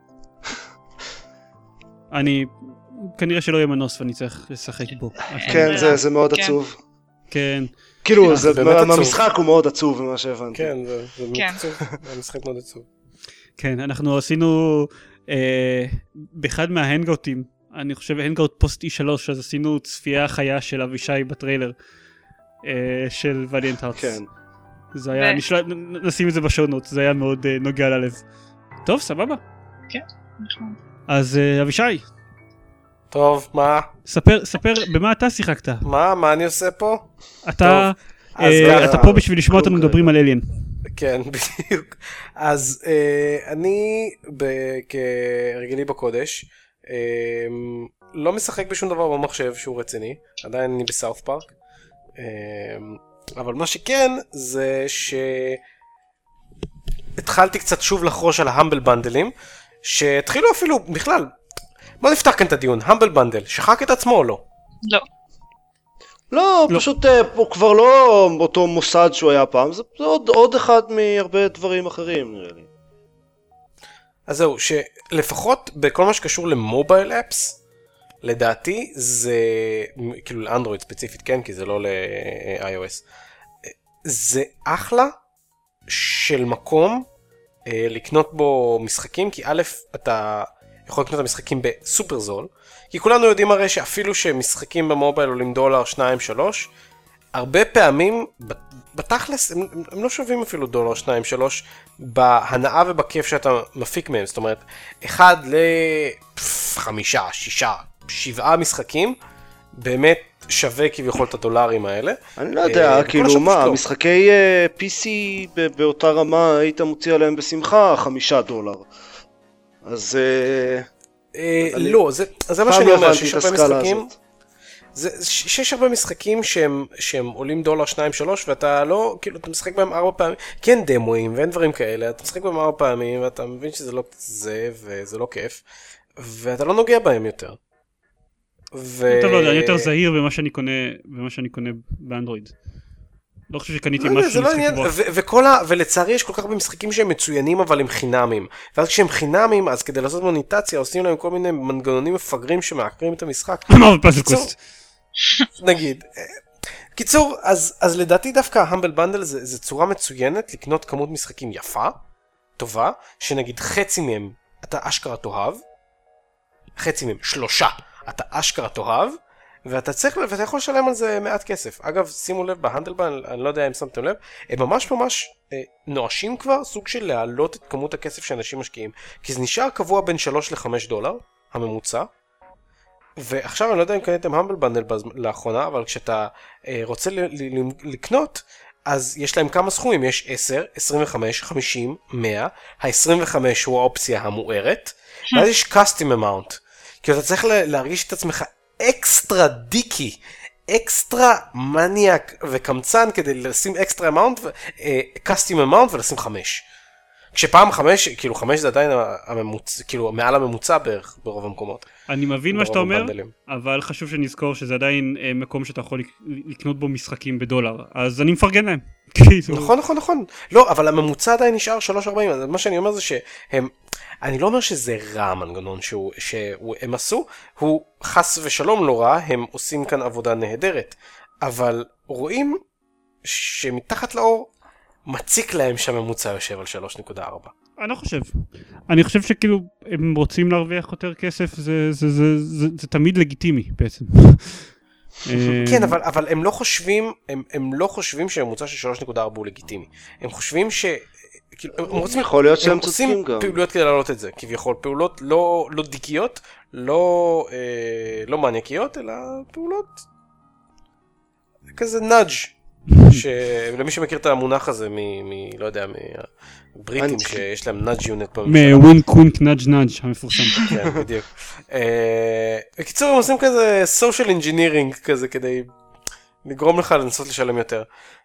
S2: אני, כנראה שלא יהיה מנוס ואני צריך לשחק בו.
S1: כן, זה, זה מאוד עצוב.
S2: כן.
S1: כאילו, זה, המשחק הוא מאוד עצוב ממה שהבנתי.
S3: כן, זה, זה מאוד עצוב. המשחק מאוד עצוב.
S2: כן, אנחנו עשינו, אה, באחד מההנגאוטים, אני חושב הנגאוט פוסט אי שלוש, אז עשינו צפייה חיה של אבישי בטריילר. של וליאנט ארטס.
S1: כן.
S2: זה היה, נשים את זה בשונות, זה היה מאוד נוגע ללב. טוב, סבבה.
S5: כן, נכון.
S2: אז אבישי.
S3: טוב, מה?
S2: ספר, ספר, במה אתה שיחקת?
S3: מה, מה אני עושה פה?
S2: אתה, אתה פה בשביל לשמוע אותנו מדברים על אליין.
S3: כן, בדיוק. אז אני, כרגלי בקודש, לא משחק בשום דבר במחשב שהוא רציני, עדיין אני בסאוף פארק. אבל מה שכן זה שהתחלתי קצת שוב לחרוש על ההמבל בנדלים שהתחילו אפילו בכלל, בוא נפתח כאן את הדיון, המבל בנדל שחק את עצמו או לא?
S5: לא.
S1: לא, פשוט הוא כבר לא אותו מוסד שהוא היה פעם, זה עוד אחד מהרבה דברים אחרים נראה לי.
S3: אז זהו, שלפחות בכל מה שקשור למובייל אפס לדעתי זה, כאילו לאנדרואיד ספציפית, כן? כי זה לא ל-iOS. זה אחלה של מקום אה, לקנות בו משחקים, כי א', אתה יכול לקנות את המשחקים בסופר זול, כי כולנו יודעים הרי שאפילו שמשחקים במובייל עולים דולר, שניים, שלוש, הרבה פעמים, בתכלס, הם, הם לא שווים אפילו דולר, שניים, שלוש, בהנאה ובכיף שאתה מפיק מהם. זאת אומרת, אחד לחמישה, שישה, שבעה משחקים, באמת שווה כביכול את הדולרים האלה.
S1: אני לא יודע, כאילו מה, משחקי פי סי באותה רמה היית מוציא עליהם בשמחה חמישה דולר. אז...
S3: לא, זה מה שאני אומר, שיש הרבה משחקים... שיש הרבה משחקים שהם, שהם עולים דולר שניים שלוש ואתה לא, כאילו אתה משחק בהם ארבע פעמים, כן דמויים ואין דברים כאלה, אתה משחק בהם ארבע פעמים ואתה מבין שזה לא זה וזה לא כיף, ואתה לא נוגע בהם יותר.
S2: ו... אתה לא יודע, אני יותר זהיר במה שאני קונה, במה שאני קונה באנדרואיד. לא חושב שקניתי משהו שמשחק בו.
S3: וכל ה... ולצערי יש כל כך הרבה משחקים שהם מצוינים אבל הם חינמים. ואז כשהם חינמים, אז כדי לעשות מוניטציה עושים להם כל מיני מנגנונים מפגרים שמעקרים את המשחק.
S2: מה בפאזל קווסט?
S3: נגיד. קיצור, אז, אז לדעתי דווקא ההמבל בנדל זה, זה צורה מצוינת לקנות כמות משחקים יפה, טובה, שנגיד חצי מהם אתה אשכרה תאהב, חצי מהם שלושה אתה אשכרה תאהב, ואתה צריך, ואתה יכול לשלם על זה מעט כסף. אגב, שימו לב, בהנדל בנדל, אני לא יודע אם שמתם לב, הם ממש ממש אה, נואשים כבר סוג של להעלות את כמות הכסף שאנשים משקיעים, כי זה נשאר קבוע בין שלוש לחמש דולר, הממוצע, ועכשיו אני לא יודע אם קניתם המבל בנדל לאחרונה, אבל כשאתה אה, רוצה ל- ל- ל- לקנות, אז יש להם כמה סכומים, יש עשר, עשרים וחמש, חמישים, מאה, ה-עשרים וחמש הוא האופציה המוארת, ואז יש custom amount, כי אתה צריך לה- להרגיש את עצמך אקסטרה דיקי, אקסטרה מניאק וקמצן כדי לשים אקסטרה אמאונט, custom amount ולשים חמש. כשפעם חמש, כאילו חמש זה עדיין הממוצע, כאילו מעל הממוצע בערך ברוב המקומות.
S2: אני מבין מה שאתה אומר, אבל חשוב שנזכור שזה עדיין מקום שאתה יכול לקנות בו משחקים בדולר, אז אני מפרגן להם.
S3: נכון, נכון, נכון. לא, אבל הממוצע עדיין נשאר שלוש ארבעים, אז מה שאני אומר זה שהם, אני לא אומר שזה רע המנגנון שהם עשו, הוא חס ושלום לא רע, הם עושים כאן עבודה נהדרת, אבל רואים שמתחת לאור מציק להם שהממוצע יושב על שלוש נקודה ארבע.
S2: אני לא חושב. אני חושב שכאילו הם רוצים להרוויח יותר כסף, זה, זה, זה, זה, זה תמיד לגיטימי בעצם.
S3: כן, אבל, אבל הם לא חושבים, הם, הם לא חושבים שהממוצע של שלוש נקודה ארבע הוא לגיטימי. הם חושבים ש... כאילו, הם רוצים,
S1: יכול להיות שהם
S3: צודקים גם. פעולות כדי להעלות את זה, כביכול. פעולות לא, לא דיקיות, לא, אה, לא מניאקיות, אלא פעולות כזה נאג'. שלמי שמכיר את המונח הזה מ... מ לא יודע, מבריטים שיש להם נאג' יונט
S2: מווינק ווינק נאג' נאג' המפורסם.
S3: כן, בדיוק. בקיצור הם עושים כזה social engineering כזה כדי לגרום לך לנסות לשלם יותר.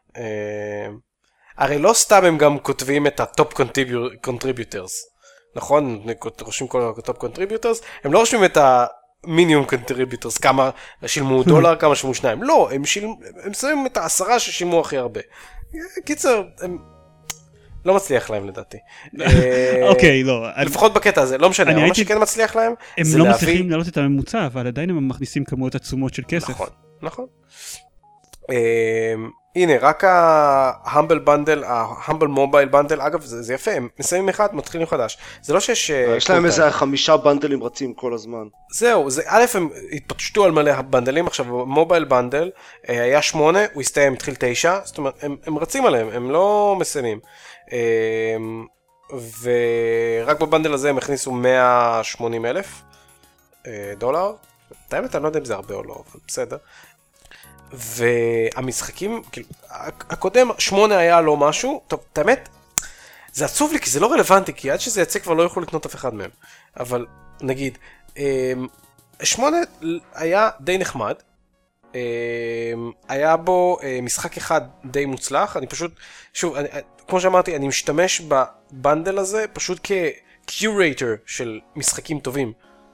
S3: הרי לא סתם הם גם כותבים את ה-top contributors, נכון? רושמים כל ה-top contributors, הם לא רושמים את ה... מינימום קונטריביוטורס, כמה שילמו דולר, כמה שילמו שניים. לא, הם שמים את העשרה ששילמו הכי הרבה. קיצר, הם לא מצליח להם לדעתי.
S2: אוקיי, לא.
S3: לפחות בקטע הזה, לא משנה, מה שכן מצליח להם,
S2: הם לא מצליחים להעלות את הממוצע, אבל עדיין הם מכניסים כמויות עצומות של כסף.
S3: נכון, נכון. הנה, רק ההמבל בנדל, ההמבל מובייל בנדל, אגב, זה יפה, הם מסיימים אחד, מתחילים חדש. זה לא שיש...
S1: יש להם איזה חמישה בנדלים רצים כל הזמן.
S3: זהו, זה א', הם התפתשו על מלא בנדלים, עכשיו מובייל בנדל היה שמונה, הוא הסתיים, התחיל תשע, זאת אומרת, הם, הם רצים עליהם, הם לא מסיימים. ורק בבנדל הזה הם הכניסו מאה ושמונים אלף דולר. האמת, אני לא יודע אם זה הרבה או לא, אבל בסדר. והמשחקים, כאילו, הקודם, שמונה היה לא משהו, טוב, האמת, זה עצוב לי, כי זה לא רלוונטי, כי עד שזה יצא כבר לא יוכלו לקנות אף אחד מהם. אבל, נגיד, שמונה היה די נחמד, היה בו משחק אחד די מוצלח, אני פשוט, שוב, אני, כמו שאמרתי, אני משתמש בבנדל הזה, פשוט כ-curator של משחקים טובים.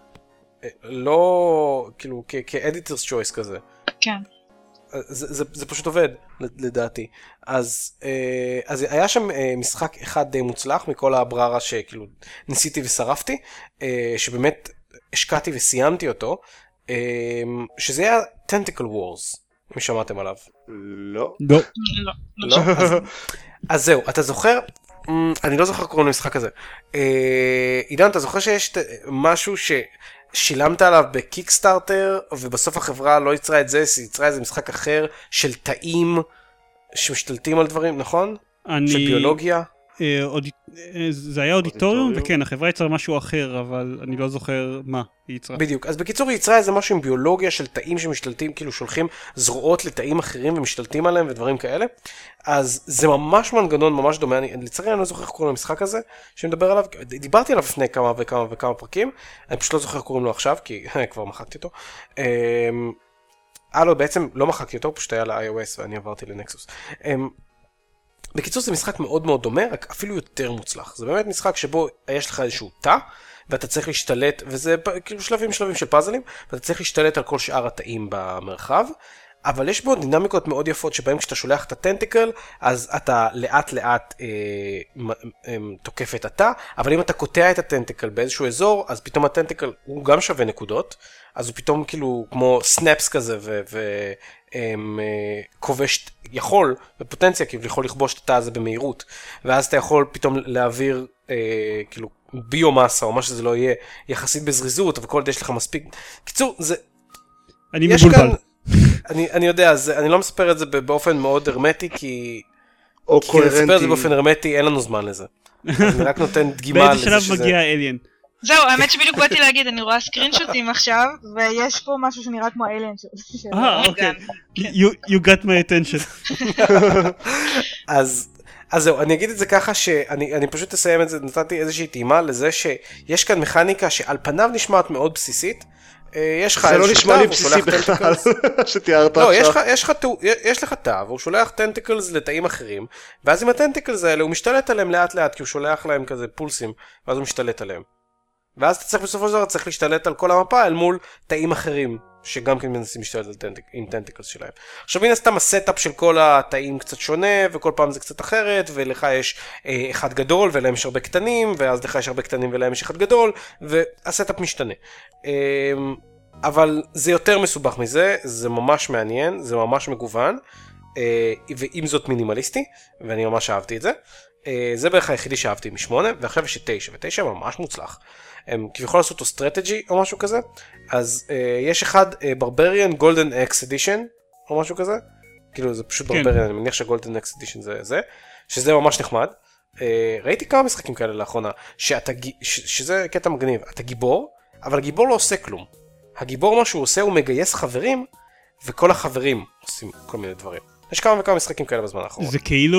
S3: לא, כאילו, כ-editor's choice כזה.
S5: כן.
S3: זה, זה, זה פשוט עובד, לדעתי. אז, אז היה שם משחק אחד די מוצלח, מכל הבררה שכאילו ניסיתי ושרפתי, שבאמת השקעתי וסיימתי אותו, שזה היה Tentacle Wars, אם שמעתם עליו.
S1: לא.
S2: לא.
S3: לא? אז, אז זהו, אתה זוכר? אני לא זוכר קוראים למשחק הזה. עידן, אתה זוכר שיש משהו ש... שילמת עליו בקיקסטארטר, ובסוף החברה לא יצרה את זה, יצרה איזה משחק אחר של תאים שמשתלטים על דברים, נכון?
S2: אני...
S3: של ביולוגיה?
S2: אה, אוד... זה היה אודיטוריום, וכן, החברה יצרה משהו אחר, אבל אני לא זוכר מה היא יצרה.
S3: בדיוק, אז בקיצור היא יצרה איזה משהו עם ביולוגיה של תאים שמשתלטים, כאילו שולחים זרועות לתאים אחרים ומשתלטים עליהם ודברים כאלה. אז זה ממש מנגנון ממש דומה, אני לצערי אני לא זוכר איך קוראים למשחק הזה, שמדבר עליו, דיברתי עליו לפני כמה וכמה וכמה פרקים, אני פשוט לא זוכר איך קוראים לו עכשיו, כי כבר מחקתי אותו. אה, לא, בעצם לא מחקתי אותו, פשוט היה ל-iOS ואני עברתי לנקסוס. בקיצור זה משחק מאוד מאוד דומה, רק אפילו יותר מוצלח. זה באמת משחק שבו יש לך איזשהו תא, ואתה צריך להשתלט, וזה כאילו שלבים שלבים של פאזלים, ואתה צריך להשתלט על כל שאר התאים במרחב, אבל יש בו דינמיקות מאוד יפות, שבהם כשאתה שולח את הטנטיקל, אז אתה לאט לאט אה, אה, תוקף את התא, אבל אם אתה קוטע את הטנטיקל באיזשהו אזור, אז פתאום הטנטיקל הוא גם שווה נקודות, אז הוא פתאום כאילו כמו סנאפס כזה, ו... ו כובש, יכול, בפוטנציה, כאילו יכול לכבוש את התא הזה במהירות, ואז אתה יכול פתאום להעביר, אה, כאילו, ביומסה, או מה שזה לא יהיה, יחסית בזריזות, וכל די יש לך מספיק. קיצור, זה...
S2: אני מבולבל. כאן,
S3: אני, אני יודע, זה, אני לא מספר את זה באופן מאוד הרמטי, כי...
S1: או
S3: כי קוהרנטי. לספר את זה באופן הרמטי, אין לנו זמן לזה. אני רק נותן דגימה לזה שזה...
S2: באיזה שלב מגיע האליין?
S5: זהו, האמת שבדיוק באתי להגיד, אני רואה סקרינשוטים עכשיו, ויש פה משהו שנראה כמו האליין של...
S2: אה, אוקיי. You got my attention.
S3: אז... אז זהו, אני אגיד את זה ככה שאני אני פשוט אסיים את זה, נתתי איזושהי טעימה לזה שיש כאן מכניקה שעל פניו נשמעת מאוד בסיסית, יש לך
S1: זה לא
S3: איזשהו
S1: נשמע
S3: תא,
S1: לי
S3: הוא
S1: בסיסי
S3: שולח
S1: בכלל,
S3: tentacles.
S1: שתיארת
S3: לא, יש
S1: עכשיו.
S3: לך, יש לך, תא- יש לך תא, והוא שולח טנטיקלס לתאים אחרים, ואז עם הטנטיקלס האלה הוא משתלט עליהם לאט לאט, כי הוא שולח להם כזה פולסים, ואז הוא משתלט עליהם. ואז אתה צריך בסופו של דבר, צריך להשתלט על כל המפה אל מול תאים אחרים, שגם כן מנסים להשתלט על טנטיק, עם טנטיקלס שלהם. עכשיו מן הסתם הסטאפ של כל התאים קצת שונה, וכל פעם זה קצת אחרת, ולך יש אה, אחד גדול ולהם יש הרבה קטנים, ואז לך יש הרבה קטנים ולהם יש אחד גדול, והסטאפ משתנה. אה, אבל זה יותר מסובך מזה, זה ממש מעניין, זה ממש מגוון, אה, ועם זאת מינימליסטי, ואני ממש אהבתי את זה. אה, זה בערך היחידי שאהבתי משמונה, ועכשיו יש תשע, ותשע ממש מוצלח. הם כביכול לעשות אותו סטרטג'י או משהו כזה, אז אה, יש אחד ברבריאן גולדן אקס אדישן או משהו כזה, כאילו זה פשוט ברבריאן, כן. אני מניח שגולדן אקס אדישן זה זה, שזה ממש נחמד. אה, ראיתי כמה משחקים כאלה לאחרונה, שאתה, ש, שזה קטע מגניב, אתה גיבור, אבל הגיבור לא עושה כלום. הגיבור מה שהוא עושה הוא מגייס חברים, וכל החברים עושים כל מיני דברים. יש כמה וכמה משחקים כאלה בזמן האחרון.
S2: זה כאילו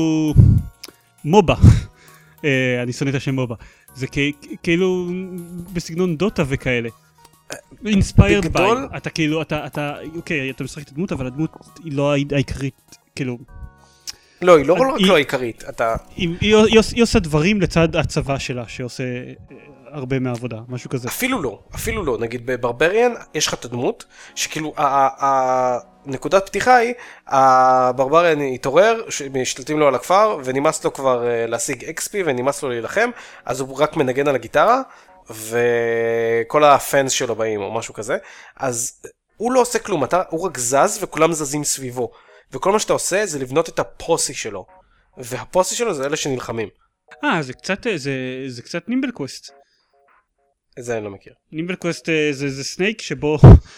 S2: מובה. אני שונא את השם מובה. זה כאילו בסגנון דוטה וכאלה. אינספיירד ביי. אתה כאילו, אתה, אוקיי, אתה משחק את הדמות, אבל הדמות היא לא העיקרית, כאילו...
S3: לא, היא לא רק לא העיקרית.
S2: היא עושה דברים לצד הצבא שלה, שעושה הרבה מהעבודה, משהו כזה.
S3: אפילו לא, אפילו לא. נגיד בברבריאן יש לך את הדמות, שכאילו, הנקודת פתיחה היא, הברבריאן יתעורר, משתלטים לו על הכפר, ונמאס לו כבר להשיג אקס פי, ונמאס לו להילחם, אז הוא רק מנגן על הגיטרה, וכל הפאנס שלו באים, או משהו כזה. אז הוא לא עושה כלום, אתה, הוא רק זז, וכולם זזים סביבו. וכל מה שאתה עושה זה לבנות את הפוסי שלו. והפוסי שלו זה אלה שנלחמים.
S2: אה, זה קצת, זה, זה קצת נימבל קווסט.
S3: זה אני לא מכיר.
S2: נימבל קווסט זה, זה סנייק שבו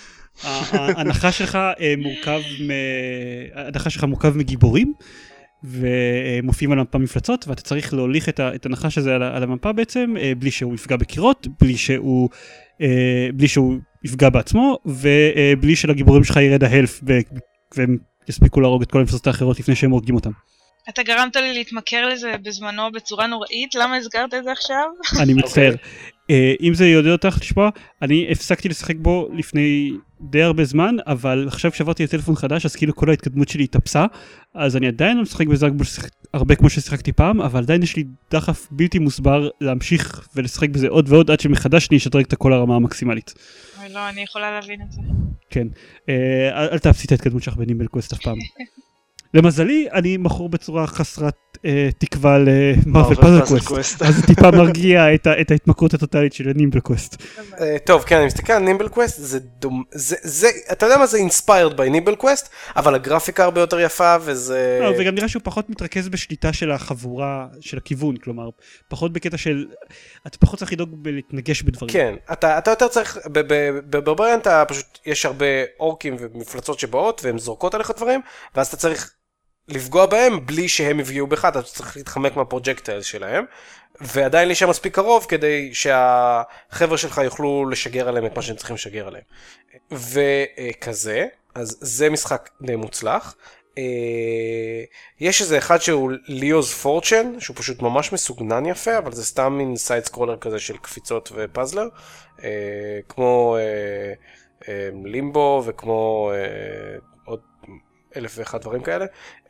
S2: ההנחה שלך מורכב, ההנחה שלך מורכב מגיבורים, ומופיעים על המפה מפלצות, ואתה צריך להוליך את הנחש הזה על המפה בעצם, בלי שהוא יפגע בקירות, בלי שהוא, בלי שהוא יפגע בעצמו, ובלי שלגיבורים שלך ירד ההלף, והם יספיקו להרוג את כל המפלצות האחרות לפני שהם הורגים אותם.
S5: אתה גרמת לי להתמכר לזה בזמנו בצורה נוראית, למה הזכרת את זה עכשיו?
S2: אני מצטער. אם זה יודע אותך לשמוע, אני הפסקתי לשחק בו לפני די הרבה זמן, אבל עכשיו כשעברתי לטלפון חדש, אז כאילו כל ההתקדמות שלי התאפסה, אז אני עדיין לא משחק בזה הרבה כמו ששיחקתי פעם, אבל עדיין יש לי דחף בלתי מוסבר להמשיך ולשחק בזה עוד ועוד, עד שמחדש אני אשדרג את הכל הרמה המקסימלית.
S5: אוי לא, אני יכולה להבין את זה.
S2: כן, אל תאפסי את ההתקדמות שלך בנימבל קווסט אף פעם. למזלי, אני מכור בצורה חסרת אה, תקווה למרוויל פאזל קווסט, אז זה טיפה מרגיע את, את ההתמכרות הטוטלית של נימבל קווסט.
S3: uh, טוב, כן, אני מסתכל על נימבל קווסט, זה דום, זה, זה, אתה יודע מה זה inspired by נימבל קווסט, אבל הגרפיקה הרבה יותר יפה, וזה...
S2: לא, וגם נראה שהוא פחות מתרכז בשליטה של החבורה, של הכיוון, כלומר, פחות בקטע של, אתה פחות צריך לדאוג בלהתנגש בדברים.
S3: כן, אתה, אתה יותר צריך, בברבריאן אתה פשוט, יש הרבה אורקים ומפלצות שבאות, והן זורקות עליך דברים, ואז אתה צריך לפגוע בהם בלי שהם יפגעו בך, אתה צריך להתחמק מהפרוג'קטייל שלהם, ועדיין להישאר מספיק קרוב כדי שהחבר'ה שלך יוכלו לשגר עליהם את מה שהם צריכים לשגר עליהם. וכזה, אז זה משחק די מוצלח. יש איזה אחד שהוא ליאוז פורצ'ן, שהוא פשוט ממש מסוגנן יפה, אבל זה סתם מין סייד סקרולר כזה של קפיצות ופאזלר, כמו לימבו וכמו עוד אלף ואחד דברים כאלה.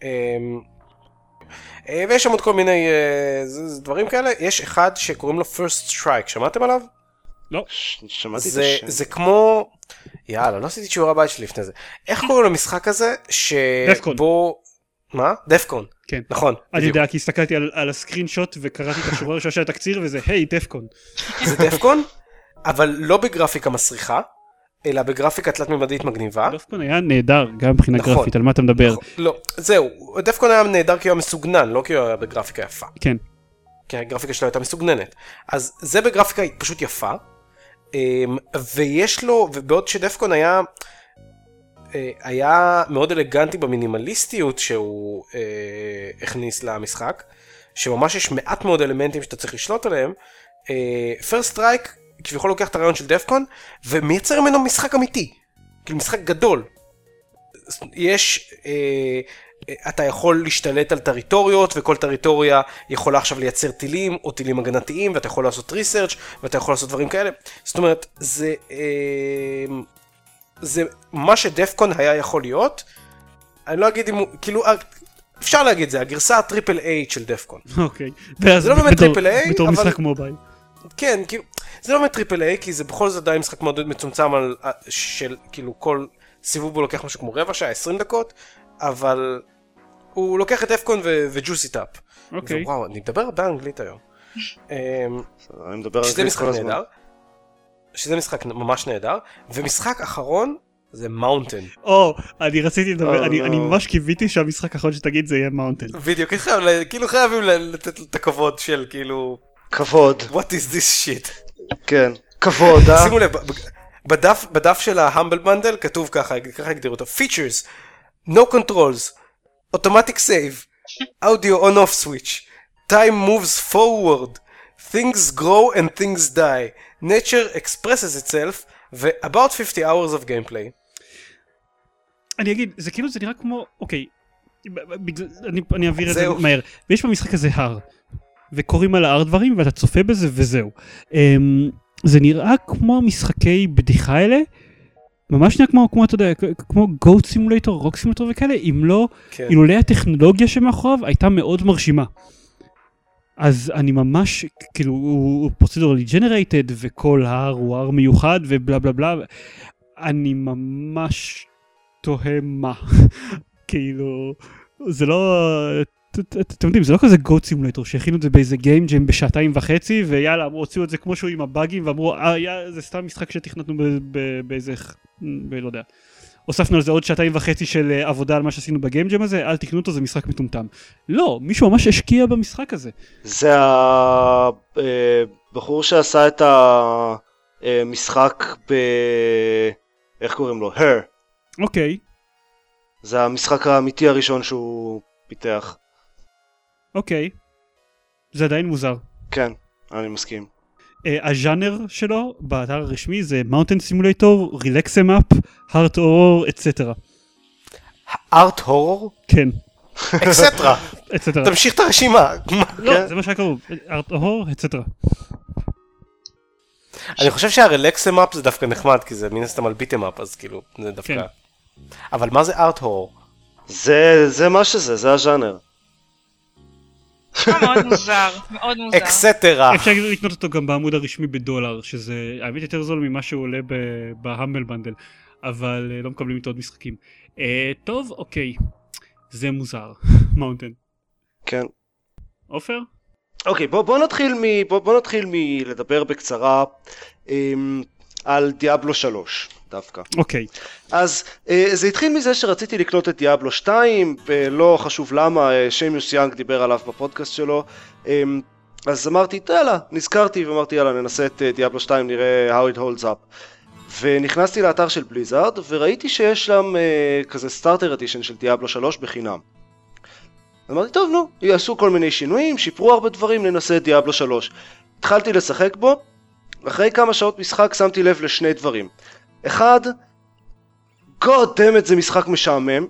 S3: ויש שם עוד כל מיני דברים כאלה. יש אחד שקוראים לו First Strike, שמעתם עליו?
S2: לא,
S1: שמעתי את השם.
S3: זה כמו... יאללה, לא עשיתי שיעור הבית שלי לפני זה. איך קוראים למשחק הזה? שבו... מה? דפקון.
S2: כן.
S3: נכון.
S2: אני יודע, כי הסתכלתי על הסקרין שוט וקראתי את השורה הראשונה של התקציר, וזה, היי, דפקון.
S3: זה דפקון, אבל לא בגרפיקה מסריחה, אלא בגרפיקה תלת-ממדית מגניבה.
S2: דפקון היה נהדר, גם מבחינה גרפית, על מה אתה מדבר?
S3: לא, זהו, דפקון היה נהדר כי הוא היה מסוגנן, לא כי הוא היה בגרפיקה יפה.
S2: כן.
S3: כי הגרפיקה שלו הייתה מסוגננת. אז זה בגרפיקה פשוט יפה, ויש לו, ובעוד שדפקון היה, היה מאוד אלגנטי במינימליסטיות שהוא הכניס למשחק, שממש יש מעט מאוד אלמנטים שאתה צריך לשלוט עליהם. First Strike כביכול לוקח את הרעיון של דפקון, ומייצר ממנו משחק אמיתי, כאילו משחק גדול. יש, אה, אתה יכול להשתלט על טריטוריות, וכל טריטוריה יכולה עכשיו לייצר טילים, או טילים הגנתיים, ואתה יכול לעשות ריסרצ' ואתה יכול לעשות דברים כאלה. זאת אומרת, זה, זה מה שדפקון היה יכול להיות, אני לא אגיד אם הוא, כאילו, אפשר להגיד זה, הגרסה הטריפל איי של דפקון.
S2: אוקיי.
S3: זה לא באמת טריפל איי,
S2: בתור משחק מובייל.
S3: כן, כאילו, זה לא באמת טריפל איי, כי זה בכל זאת עדיין משחק מאוד מצומצם על, של, כאילו, כל סיבוב הוא לוקח משהו כמו רבע שעה, עשרים דקות, אבל הוא לוקח את דפקון וג'וסי טאפ.
S2: אוקיי.
S3: וואו, אני מדבר הרבה אנגלית היום.
S1: אני מדבר אנגלית כל הזמן.
S3: שזה משחק ממש נהדר, ומשחק אחרון זה מאונטן.
S2: או, אני רציתי לדבר, אני ממש קיוויתי שהמשחק האחרון שתגיד זה יהיה מאונטן.
S3: בדיוק, כאילו חייבים לתת את הכבוד של כאילו...
S1: כבוד.
S3: What is this shit?
S1: כן, כבוד, אה?
S3: שימו לב, בדף, בדף של ה-Humble Bundle כתוב ככה, ככה הגדיר אותו, Features, No Controls, Automatic Save, Audio On-Off Switch, Time Moves Forward, Things Grow and Things Die, Nature Expresses Itself, ו-About fifty hours of Gameplay.
S2: אני אגיד, זה כאילו זה נראה כמו, אוקיי, אני, אני אעביר את זה מהר, ויש במשחק הזה הר, וקוראים על ההר דברים, ואתה צופה בזה וזהו. זה נראה כמו משחקי בדיחה האלה, ממש נראה כמו, כמו, אתה יודע, כמו Goat Simulator, Rock Simulator וכאלה, אם לא, כן. אילולי הטכנולוגיה שמאחוריו הייתה מאוד מרשימה. אז אני ממש, כאילו, הוא procedurally generated, וכל הר הוא הר מיוחד, ובלה בלה בלה, אני ממש תוהה מה. כאילו, זה לא, אתם יודעים, זה לא כזה Goat Simulator, שהכינו את זה באיזה Game Jam בשעתיים וחצי, ויאללה, הוציאו את זה כמו שהוא עם הבאגים, ואמרו, אה, זה סתם משחק שתכנתנו באיזה, לא יודע. הוספנו על זה עוד שעתיים וחצי של עבודה על מה שעשינו בגיים ג'ם הזה, אל תקנו אותו, זה משחק מטומטם. לא, מישהו ממש השקיע במשחק הזה.
S1: זה הבחור שעשה את המשחק ב... איך קוראים לו? Her.
S2: אוקיי.
S1: זה המשחק האמיתי הראשון שהוא פיתח.
S2: אוקיי. זה עדיין מוזר.
S1: כן, אני מסכים.
S2: הז'אנר שלו באתר הרשמי זה Mountain Simulator, Relax Em Up, Heart Horror, et cetera.
S3: Art Horror?
S2: כן.
S3: אקסטרה. תמשיך את הרשימה.
S2: לא, זה מה שקרוב. Art Horror, et cetera.
S3: אני חושב שה-Relax Em Up זה דווקא נחמד, כי זה מן הסתם על ביט אם אפ, אז כאילו, זה דווקא... אבל מה זה Art Horror?
S1: זה מה שזה, זה הז'אנר.
S5: מאוד מוזר, מאוד מוזר.
S3: אקסטרה.
S2: אפשר לקנות אותו גם בעמוד הרשמי בדולר, שזה האמת יותר זול ממה שהוא עולה בהמבל בנדל, אבל לא מקבלים איתו עוד משחקים. טוב, אוקיי, זה מוזר, מאונטן.
S1: כן.
S2: עופר?
S1: אוקיי, בוא נתחיל מ... בוא נתחיל מלדבר בקצרה על דיאבלו שלוש. דווקא.
S2: אוקיי. Okay.
S1: אז אה, זה התחיל מזה שרציתי לקנות את דיאבלו שתיים, לא חשוב למה, שיימיוס יאנג דיבר עליו בפודקאסט שלו, אה, אז אמרתי, יאללה, נזכרתי ואמרתי, יאללה, ננסה את דיאבלו שתיים, נראה how it holds up. ונכנסתי לאתר של בליזארד, וראיתי שיש שם אה, כזה סטארטר אדישן של דיאבלו שלוש בחינם. אמרתי, טוב, נו, יעשו כל מיני שינויים, שיפרו הרבה דברים, ננסה את דיאבלו שלוש. התחלתי לשחק בו, אחרי כמה שעות משחק שמתי לב לשני דברים. אחד, God damn it, זה משחק משעמם.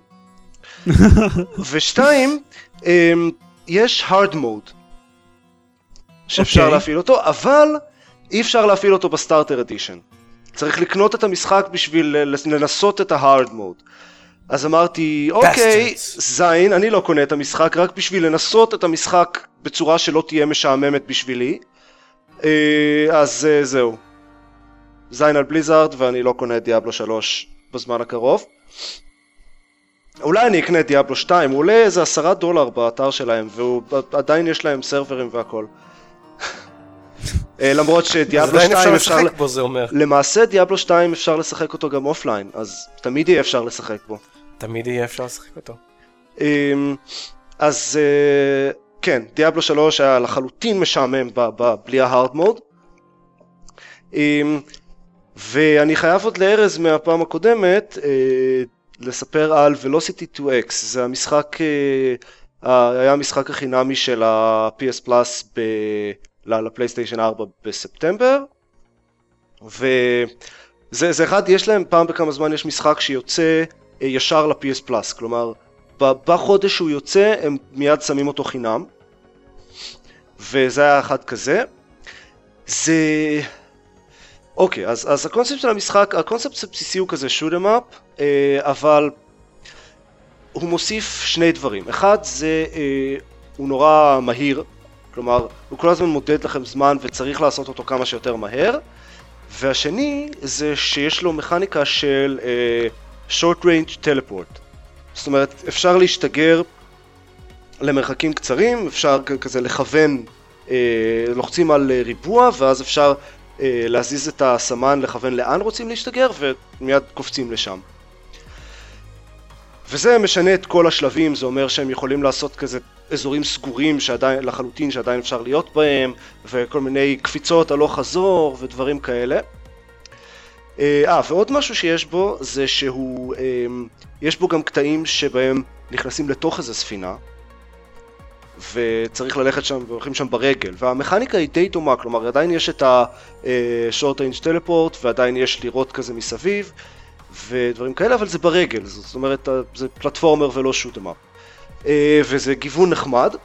S1: ושתיים, יש hard mode שאפשר okay. להפעיל אותו, אבל אי אפשר להפעיל אותו בסטארטר אדישן. צריך לקנות את המשחק בשביל לנסות את ה-hard mode. אז אמרתי, אוקיי, זין, אני לא קונה את המשחק רק בשביל לנסות את המשחק בצורה שלא תהיה משעממת בשבילי. אז זהו. זין על בליזארד, ואני לא קונה את דיאבלו שלוש בזמן הקרוב. אולי אני אקנה את דיאבלו שתיים, הוא עולה איזה עשרה דולר באתר שלהם, ועדיין יש להם סרברים והכל. למרות שדיאבלו שתיים אפשר
S3: לשחק בו, זה אומר.
S1: למעשה דיאבלו שתיים אפשר לשחק אותו גם אופליין, אז תמיד יהיה אפשר לשחק בו.
S3: תמיד יהיה אפשר לשחק אותו.
S1: אז כן, דיאבלו שלוש היה לחלוטין משעמם בלי ההארד מוד. ואני חייב עוד לארז מהפעם הקודמת לספר על Velocity טו אקס, זה המשחק, היה המשחק החינמי של ה-פי אס Plus לפלייסטיישן ארבע בספטמבר, וזה זה אחד, יש להם פעם בכמה זמן יש משחק שיוצא ישר ל-פי אס Plus, כלומר בחודש שהוא יוצא הם מיד שמים אותו חינם, וזה היה אחד כזה. זה... אוקיי, אז, אז הקונספט של המשחק, הקונספט הבסיסי הוא כזה shoot 'em up, אבל הוא מוסיף שני דברים. אחד זה, הוא נורא מהיר, כלומר, הוא כל הזמן מודד לכם זמן וצריך לעשות אותו כמה שיותר מהר. והשני זה שיש לו מכניקה של uh, short range teleport. זאת אומרת, אפשר להשתגר למרחקים קצרים, אפשר כזה לכוון, uh, לוחצים על ריבוע, ואז אפשר uh, להזיז את הסמן, לכוון לאן רוצים להשתגר, ומיד קופצים לשם. וזה משנה את כל השלבים, זה אומר שהם יכולים לעשות כזה אזורים סגורים שעדיין, לחלוטין שעדיין אפשר להיות בהם, וכל מיני קפיצות הלוך חזור ודברים כאלה. אה, ועוד משהו שיש בו זה שהוא, אה, יש בו גם קטעים שבהם נכנסים לתוך איזו ספינה, וצריך ללכת שם והולכים שם ברגל, והמכניקה היא די דומה, כלומר עדיין יש את ה-short range teleport ועדיין יש לראות כזה מסביב ודברים כאלה, אבל זה ברגל, זאת אומרת זה פלטפורמר ולא shoot 'em up. וזה גיוון נחמד.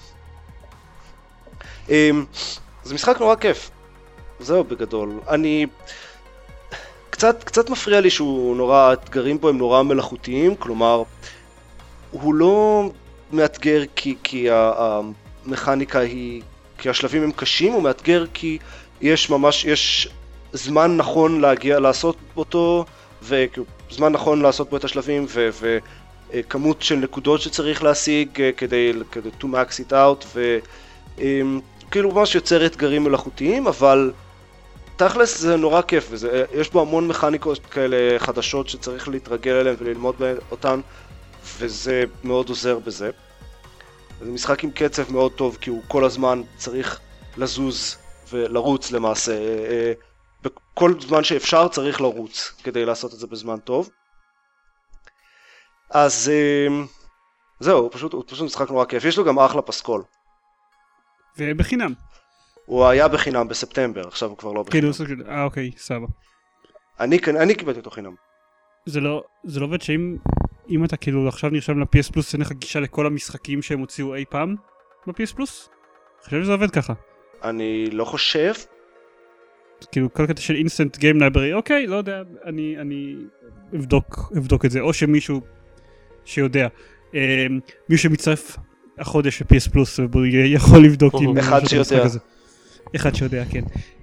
S1: זה משחק נורא כיף, זהו בגדול. אני קצת, קצת מפריע לי שהוא נורא, האתגרים בו הם נורא מלאכותיים, כלומר הוא לא מאתגר כי, כי המכניקה היא, כי השלבים הם קשים, הוא מאתגר כי יש ממש, יש זמן נכון להגיע, לעשות אותו, וזמן נכון לעשות בו את השלבים, ו... ו כמות של נקודות שצריך להשיג כדי, כדי to max it out, וכאילו ממש יוצר אתגרים מלאכותיים, אבל תכלס זה נורא כיף, וזה, יש בו המון מכניקות כאלה חדשות שצריך להתרגל אליהן וללמוד אותן, וזה מאוד עוזר בזה. זה משחק עם קצב מאוד טוב, כי הוא כל הזמן צריך לזוז ולרוץ למעשה, בכל זמן שאפשר צריך לרוץ כדי לעשות את זה בזמן טוב. אז זהו, הוא פשוט, הוא פשוט משחק נורא כיף, יש לו גם אחלה פסקול.
S2: ובחינם.
S1: הוא היה בחינם בספטמבר, עכשיו הוא כבר לא בחינם.
S2: כאילו, אה אוקיי, סבבה.
S1: אני, אני קיבלתי אותו חינם.
S2: זה לא, זה לא עובד שאם אם אתה כאילו עכשיו נרשם ל-פי אס פלוס, אין לך גישה לכל המשחקים שהם הוציאו אי פעם ב-פי אס פלוס? אני חושב שזה עובד ככה.
S1: אני לא חושב.
S2: כאילו כל קטע של אינסטנט גיים לייברי, אוקיי, לא יודע, אני, אני אבדוק, אבדוק את זה, או שמישהו שיודע, אה, מישהו שמצטרף החודש ל-פי אס פלוס, יכול לבדוק עם
S1: אחד שיודע.
S2: אחד שיודע, כן.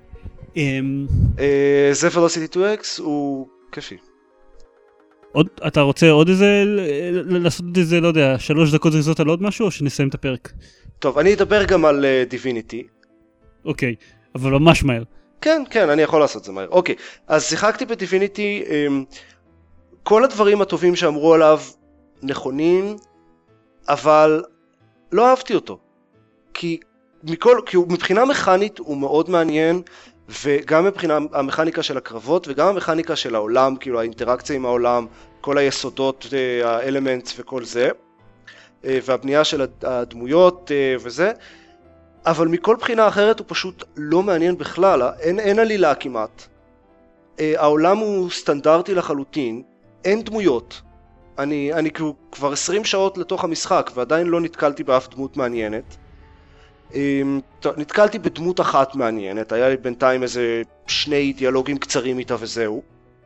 S1: זה Velocity טו אקס הוא כיפי.
S2: עוד, אתה רוצה עוד איזה, לעשות איזה, לא יודע, שלוש דקות זריזות על עוד משהו, או שנסיים את הפרק?
S1: טוב, אני אדבר גם על דיוויניטי.
S2: אוקיי, אבל ממש מהר.
S1: כן, כן, אני יכול לעשות את זה מהר. אוקיי, אז שיחקתי בדיוויניטי, כל הדברים הטובים שאמרו עליו נכונים, אבל לא אהבתי אותו. כי, מכל, כי הוא, מבחינה מכנית הוא מאוד מעניין, וגם מבחינה המכניקה של הקרבות, וגם המכניקה של העולם, כאילו האינטראקציה עם העולם, כל היסודות, האלמנטס וכל זה, והבנייה של הדמויות וזה, אבל מכל בחינה אחרת הוא פשוט לא מעניין בכלל, אין, אין עלילה כמעט. העולם הוא סטנדרטי לחלוטין, אין דמויות. אני, אני כבר עשרים שעות לתוך המשחק ועדיין לא נתקלתי באף דמות מעניינת. נתקלתי בדמות אחת מעניינת, היה לי בינתיים איזה שני דיאלוגים קצרים איתה וזהו.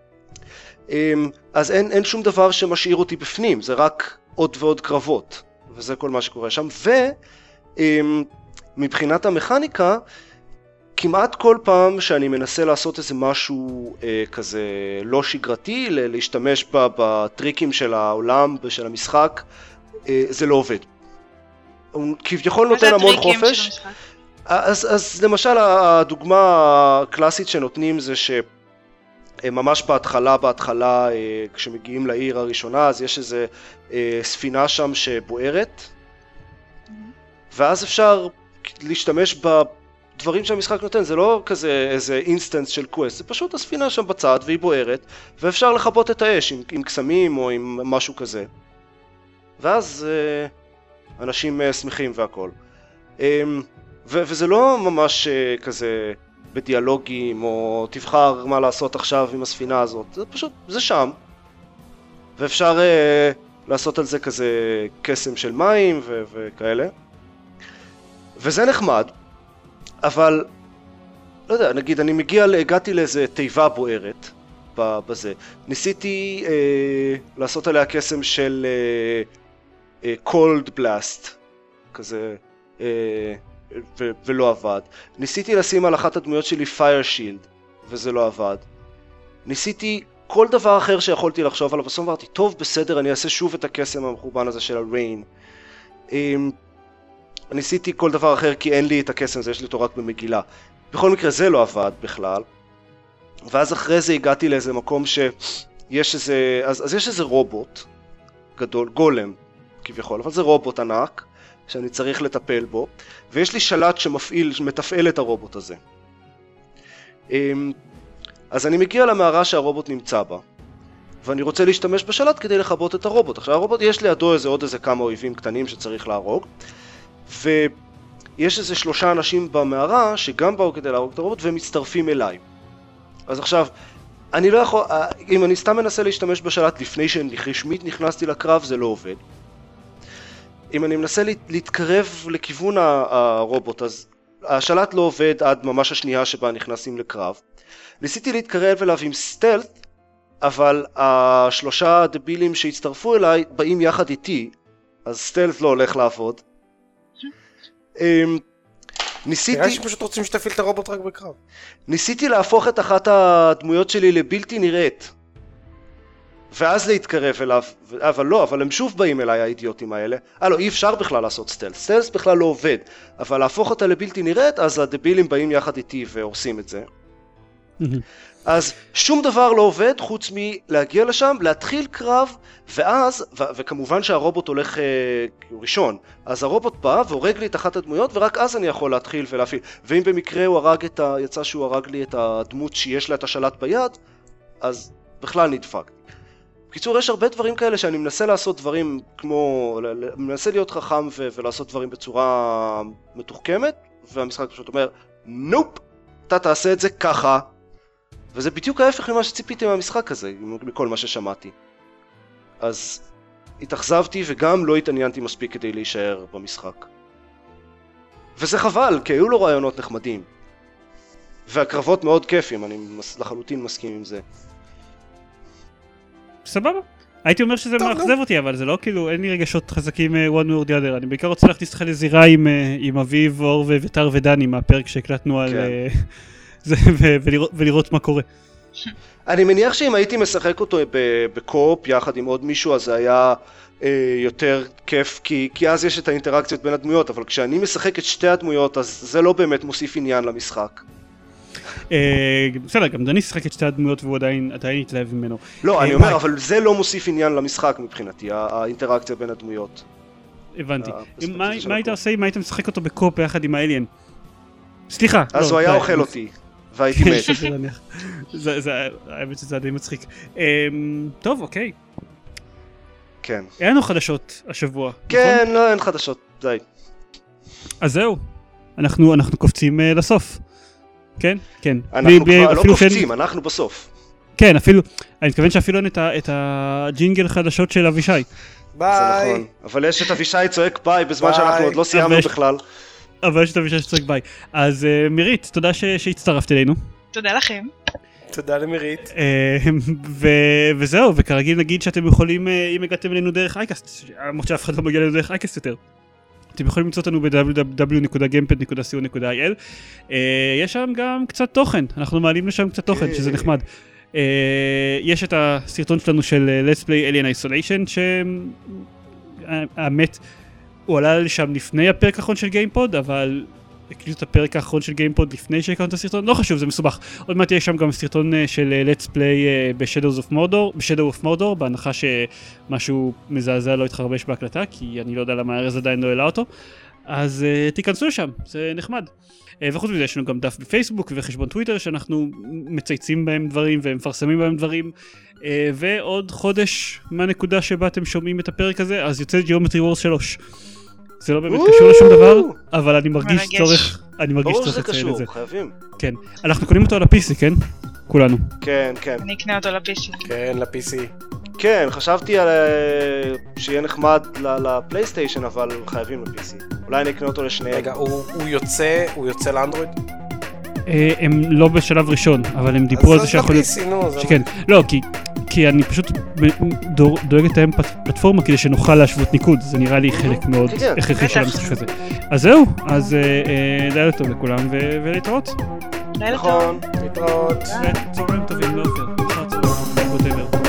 S1: אז אין, אין שום דבר שמשאיר אותי בפנים, זה רק עוד ועוד קרבות, וזה כל מה שקורה שם. ומבחינת המכניקה, כמעט כל פעם שאני מנסה לעשות איזה משהו אה, כזה לא שגרתי, להשתמש בטריקים של העולם ושל המשחק, אה, זה לא עובד. הוא כביכול נותן המון חופש. אז, אז למשל הדוגמה הקלאסית שנותנים זה שממש בהתחלה, בהתחלה אה, כשמגיעים לעיר הראשונה, אז יש איזה אה, ספינה שם שבוערת, ואז אפשר להשתמש ב... דברים שהמשחק נותן, זה לא כזה איזה אינסטנס של קווסט, זה פשוט הספינה שם בצד והיא בוערת, ואפשר לחפות את האש עם, עם קסמים או עם משהו כזה. ואז אה, אנשים אה, שמחים והכל. אה, ו- וזה לא ממש אה, כזה בדיאלוגים או תבחר מה לעשות עכשיו עם הספינה הזאת, זה פשוט, זה שם. ואפשר אה, לעשות על זה כזה קסם של מים ו- וכאלה. וזה נחמד, אבל, לא יודע, נגיד אני מגיע, הגעתי לאיזה תיבה בוערת בזה. ניסיתי אה, לעשות עליה קסם של אה, אה, cold blast, כזה, אה, ו- ולא עבד. ניסיתי לשים על אחת הדמויות שלי fire shield, וזה לא עבד. ניסיתי כל דבר אחר שיכולתי לחשוב עליו, בסוף אמרתי, טוב, בסדר, אני אעשה שוב את הקסם המחורבן הזה של הריין. ניסיתי כל דבר אחר כי אין לי את הקסם הזה, יש לי אותו רק במגילה. בכל מקרה זה לא עבד בכלל. ואז אחרי זה הגעתי לאיזה מקום שיש איזה, אז, אז יש איזה רובוט גדול, גולם כביכול, אבל זה רובוט ענק שאני צריך לטפל בו, ויש לי שלט שמפעיל, שמתפעל את הרובוט הזה. אז אני מגיע למערה שהרובוט נמצא בה, ואני רוצה להשתמש בשלט כדי לכבות את הרובוט. עכשיו הרובוט, יש לידו איזה עוד איזה כמה אויבים קטנים שצריך להרוג, ויש איזה שלושה אנשים במערה שגם באו כדי להרוג את הרובוט והם מצטרפים אליי. אז עכשיו, אני לא יכול, אם אני סתם מנסה להשתמש בשלט לפני שרשמית נכנסתי לקרב, זה לא עובד. אם אני מנסה להתקרב לכיוון הרובוט, אז השלט לא עובד עד ממש השנייה שבה נכנסים לקרב. ניסיתי להתקרב אליו עם סטלט, אבל השלושה דבילים שהצטרפו אליי באים יחד איתי, אז סטלט לא הולך לעבוד. ניסיתי...
S3: נראה שפשוט רוצים שתפעיל את הרובוט רק בקרב.
S1: ניסיתי להפוך את אחת הדמויות שלי לבלתי נראית, ואז להתקרב אליו, אבל לא, אבל הם שוב באים אליי האידיוטים האלה. אה לא, אי אפשר בכלל לעשות סטלס, סטלס בכלל לא עובד, אבל להפוך אותה לבלתי נראית, אז הדבילים באים יחד איתי ועושים את זה. אז שום דבר לא עובד חוץ מלהגיע לשם, להתחיל קרב, ואז, ו- וכמובן שהרובוט הולך אה, ראשון, אז הרובוט בא והורג לי את אחת הדמויות, ורק אז אני יכול להתחיל ולהפעיל. ואם במקרה הוא הרג את ה... יצא שהוא הרג לי את הדמות שיש לה את השלט ביד, אז בכלל נדפק. בקיצור, יש הרבה דברים כאלה שאני מנסה לעשות דברים כמו, מנסה להיות חכם ו- ולעשות דברים בצורה מתוחכמת, והמשחק פשוט אומר, נופ, אתה תעשה את זה ככה. וזה בדיוק ההפך ממה שציפיתי מהמשחק הזה, מכל מה ששמעתי. אז התאכזבתי וגם לא התעניינתי מספיק כדי להישאר במשחק. וזה חבל, כי היו לו רעיונות נחמדים. והקרבות מאוד כיפים, אני לחלוטין מסכים עם זה.
S2: סבבה. הייתי אומר שזה מאכזב אותי, אבל זה לא כאילו, אין לי רגשות חזקים one way or the other. אני בעיקר רוצה להכניס לך לזירה עם, עם אביב, אור וויתר ודני מהפרק שהקלטנו על... זה, ו- ולראות, ולראות מה קורה.
S1: אני מניח שאם הייתי משחק אותו בקופ יחד עם עוד מישהו, אז זה היה אה, יותר כיף, כי, כי אז יש את האינטראקציות בין הדמויות, אבל כשאני משחק את שתי הדמויות, אז זה לא באמת מוסיף עניין למשחק.
S2: אה, בסדר, גם דני שחק את שתי הדמויות והוא עדיין, עדיין התלהב ממנו.
S1: לא,
S2: אה,
S1: אני אומר, אבל זה לא מוסיף עניין למשחק מבחינתי, האינטראקציה בין הדמויות.
S2: הבנתי. מה, מה היית עושה אם היית משחק אותו בקופ יחד עם האליין? סליחה.
S1: אז הוא היה אוכל אותי. והייתי מת.
S2: האמת שזה די מצחיק. טוב, אוקיי.
S1: כן.
S2: אין לנו חדשות השבוע, נכון?
S1: כן, לא, אין חדשות, די.
S2: אז זהו, אנחנו קופצים לסוף. כן? כן.
S1: אנחנו כבר לא קופצים, אנחנו בסוף.
S2: כן, אפילו, אני מתכוון שאפילו אין את הג'ינגל חדשות של אבישי.
S3: ביי.
S1: זה נכון, אבל יש את אבישי צועק ביי בזמן שאנחנו עוד לא סיימנו בכלל.
S2: אבל יש את אבישי שצועק ביי. אז מירית, תודה שהצטרפת אלינו.
S5: תודה לכם.
S3: תודה למירית.
S2: וזהו, וכרגיל נגיד שאתם יכולים, אם הגעתם אלינו דרך אייקאסט, למרות שאף אחד לא מגיע אלינו דרך אייקאסט יותר, אתם יכולים למצוא אותנו ב-דאבליו דאבליו דאבליו נקודה גיימפד נקודה סי או נקודה איי אל. יש שם גם קצת תוכן, אנחנו מעלים לשם קצת תוכן, שזה נחמד. יש את הסרטון שלנו של Let's Play Alien Isolation, שהאמת, הוא עלה לשם לפני הפרק האחרון של גיימפוד, אבל הקליטו את הפרק האחרון של גיימפוד לפני שהקלטנו את הסרטון, לא חשוב, זה מסובך. עוד מעט יש שם גם סרטון של Let's Play ב-Shadows of Mordor, ב-Shadow of Mordor, בהנחה שמשהו מזעזע לא יתחרבש בהקלטה, כי אני לא יודע למה הארז עדיין לא העלה אותו, אז uh, תיכנסו לשם, זה נחמד. Uh, וחוץ מזה יש לנו גם דף בפייסבוק וחשבון טוויטר שאנחנו מצייצים בהם דברים ומפרסמים בהם דברים, uh, ועוד חודש מהנקודה שבה אתם שומעים את הפרק הזה, אז יוצא Geometry Wars שלוש. זה לא באמת קשור לשום דבר, אבל אני מרגיש צורך, אני מרגיש צורך לציין את זה.
S1: ברור שזה קשור, חייבים.
S2: כן, אנחנו קונים אותו על ה-פי סי, כן? כולנו.
S1: כן, כן.
S5: אני אקנה אותו ל-פי סי.
S3: כן, ל-פי סי.
S1: כן, חשבתי על אה, שיהיה נחמד ל- לפלייסטיישן, אבל חייבים ל-פי סי. אולי אני אקנה אותו לשניהם.
S3: רגע, הוא הוא יוצא, הוא יוצא לאנדרואיד?
S2: אה, הם לא בשלב ראשון, אבל הם דיברו על זה שיכול להיות...
S3: אז ל-פי סי, נו, זה...
S2: שכן, לא, כי, כי אני פשוט דור, דואגת להם פלטפורמה כדי שנוכל להשוות ניקוד, זה נראה לי חלק מאוד
S1: כן,
S2: הכרחי של המשחק הזה. אז זהו, אז אה, אה, לילה טוב לכולם ו- ולהתראות.
S5: לילה טוב.
S1: נכון.
S3: להתראות.
S2: צהריים טובים, לא עופר. אחר צהריים טובים, whatever.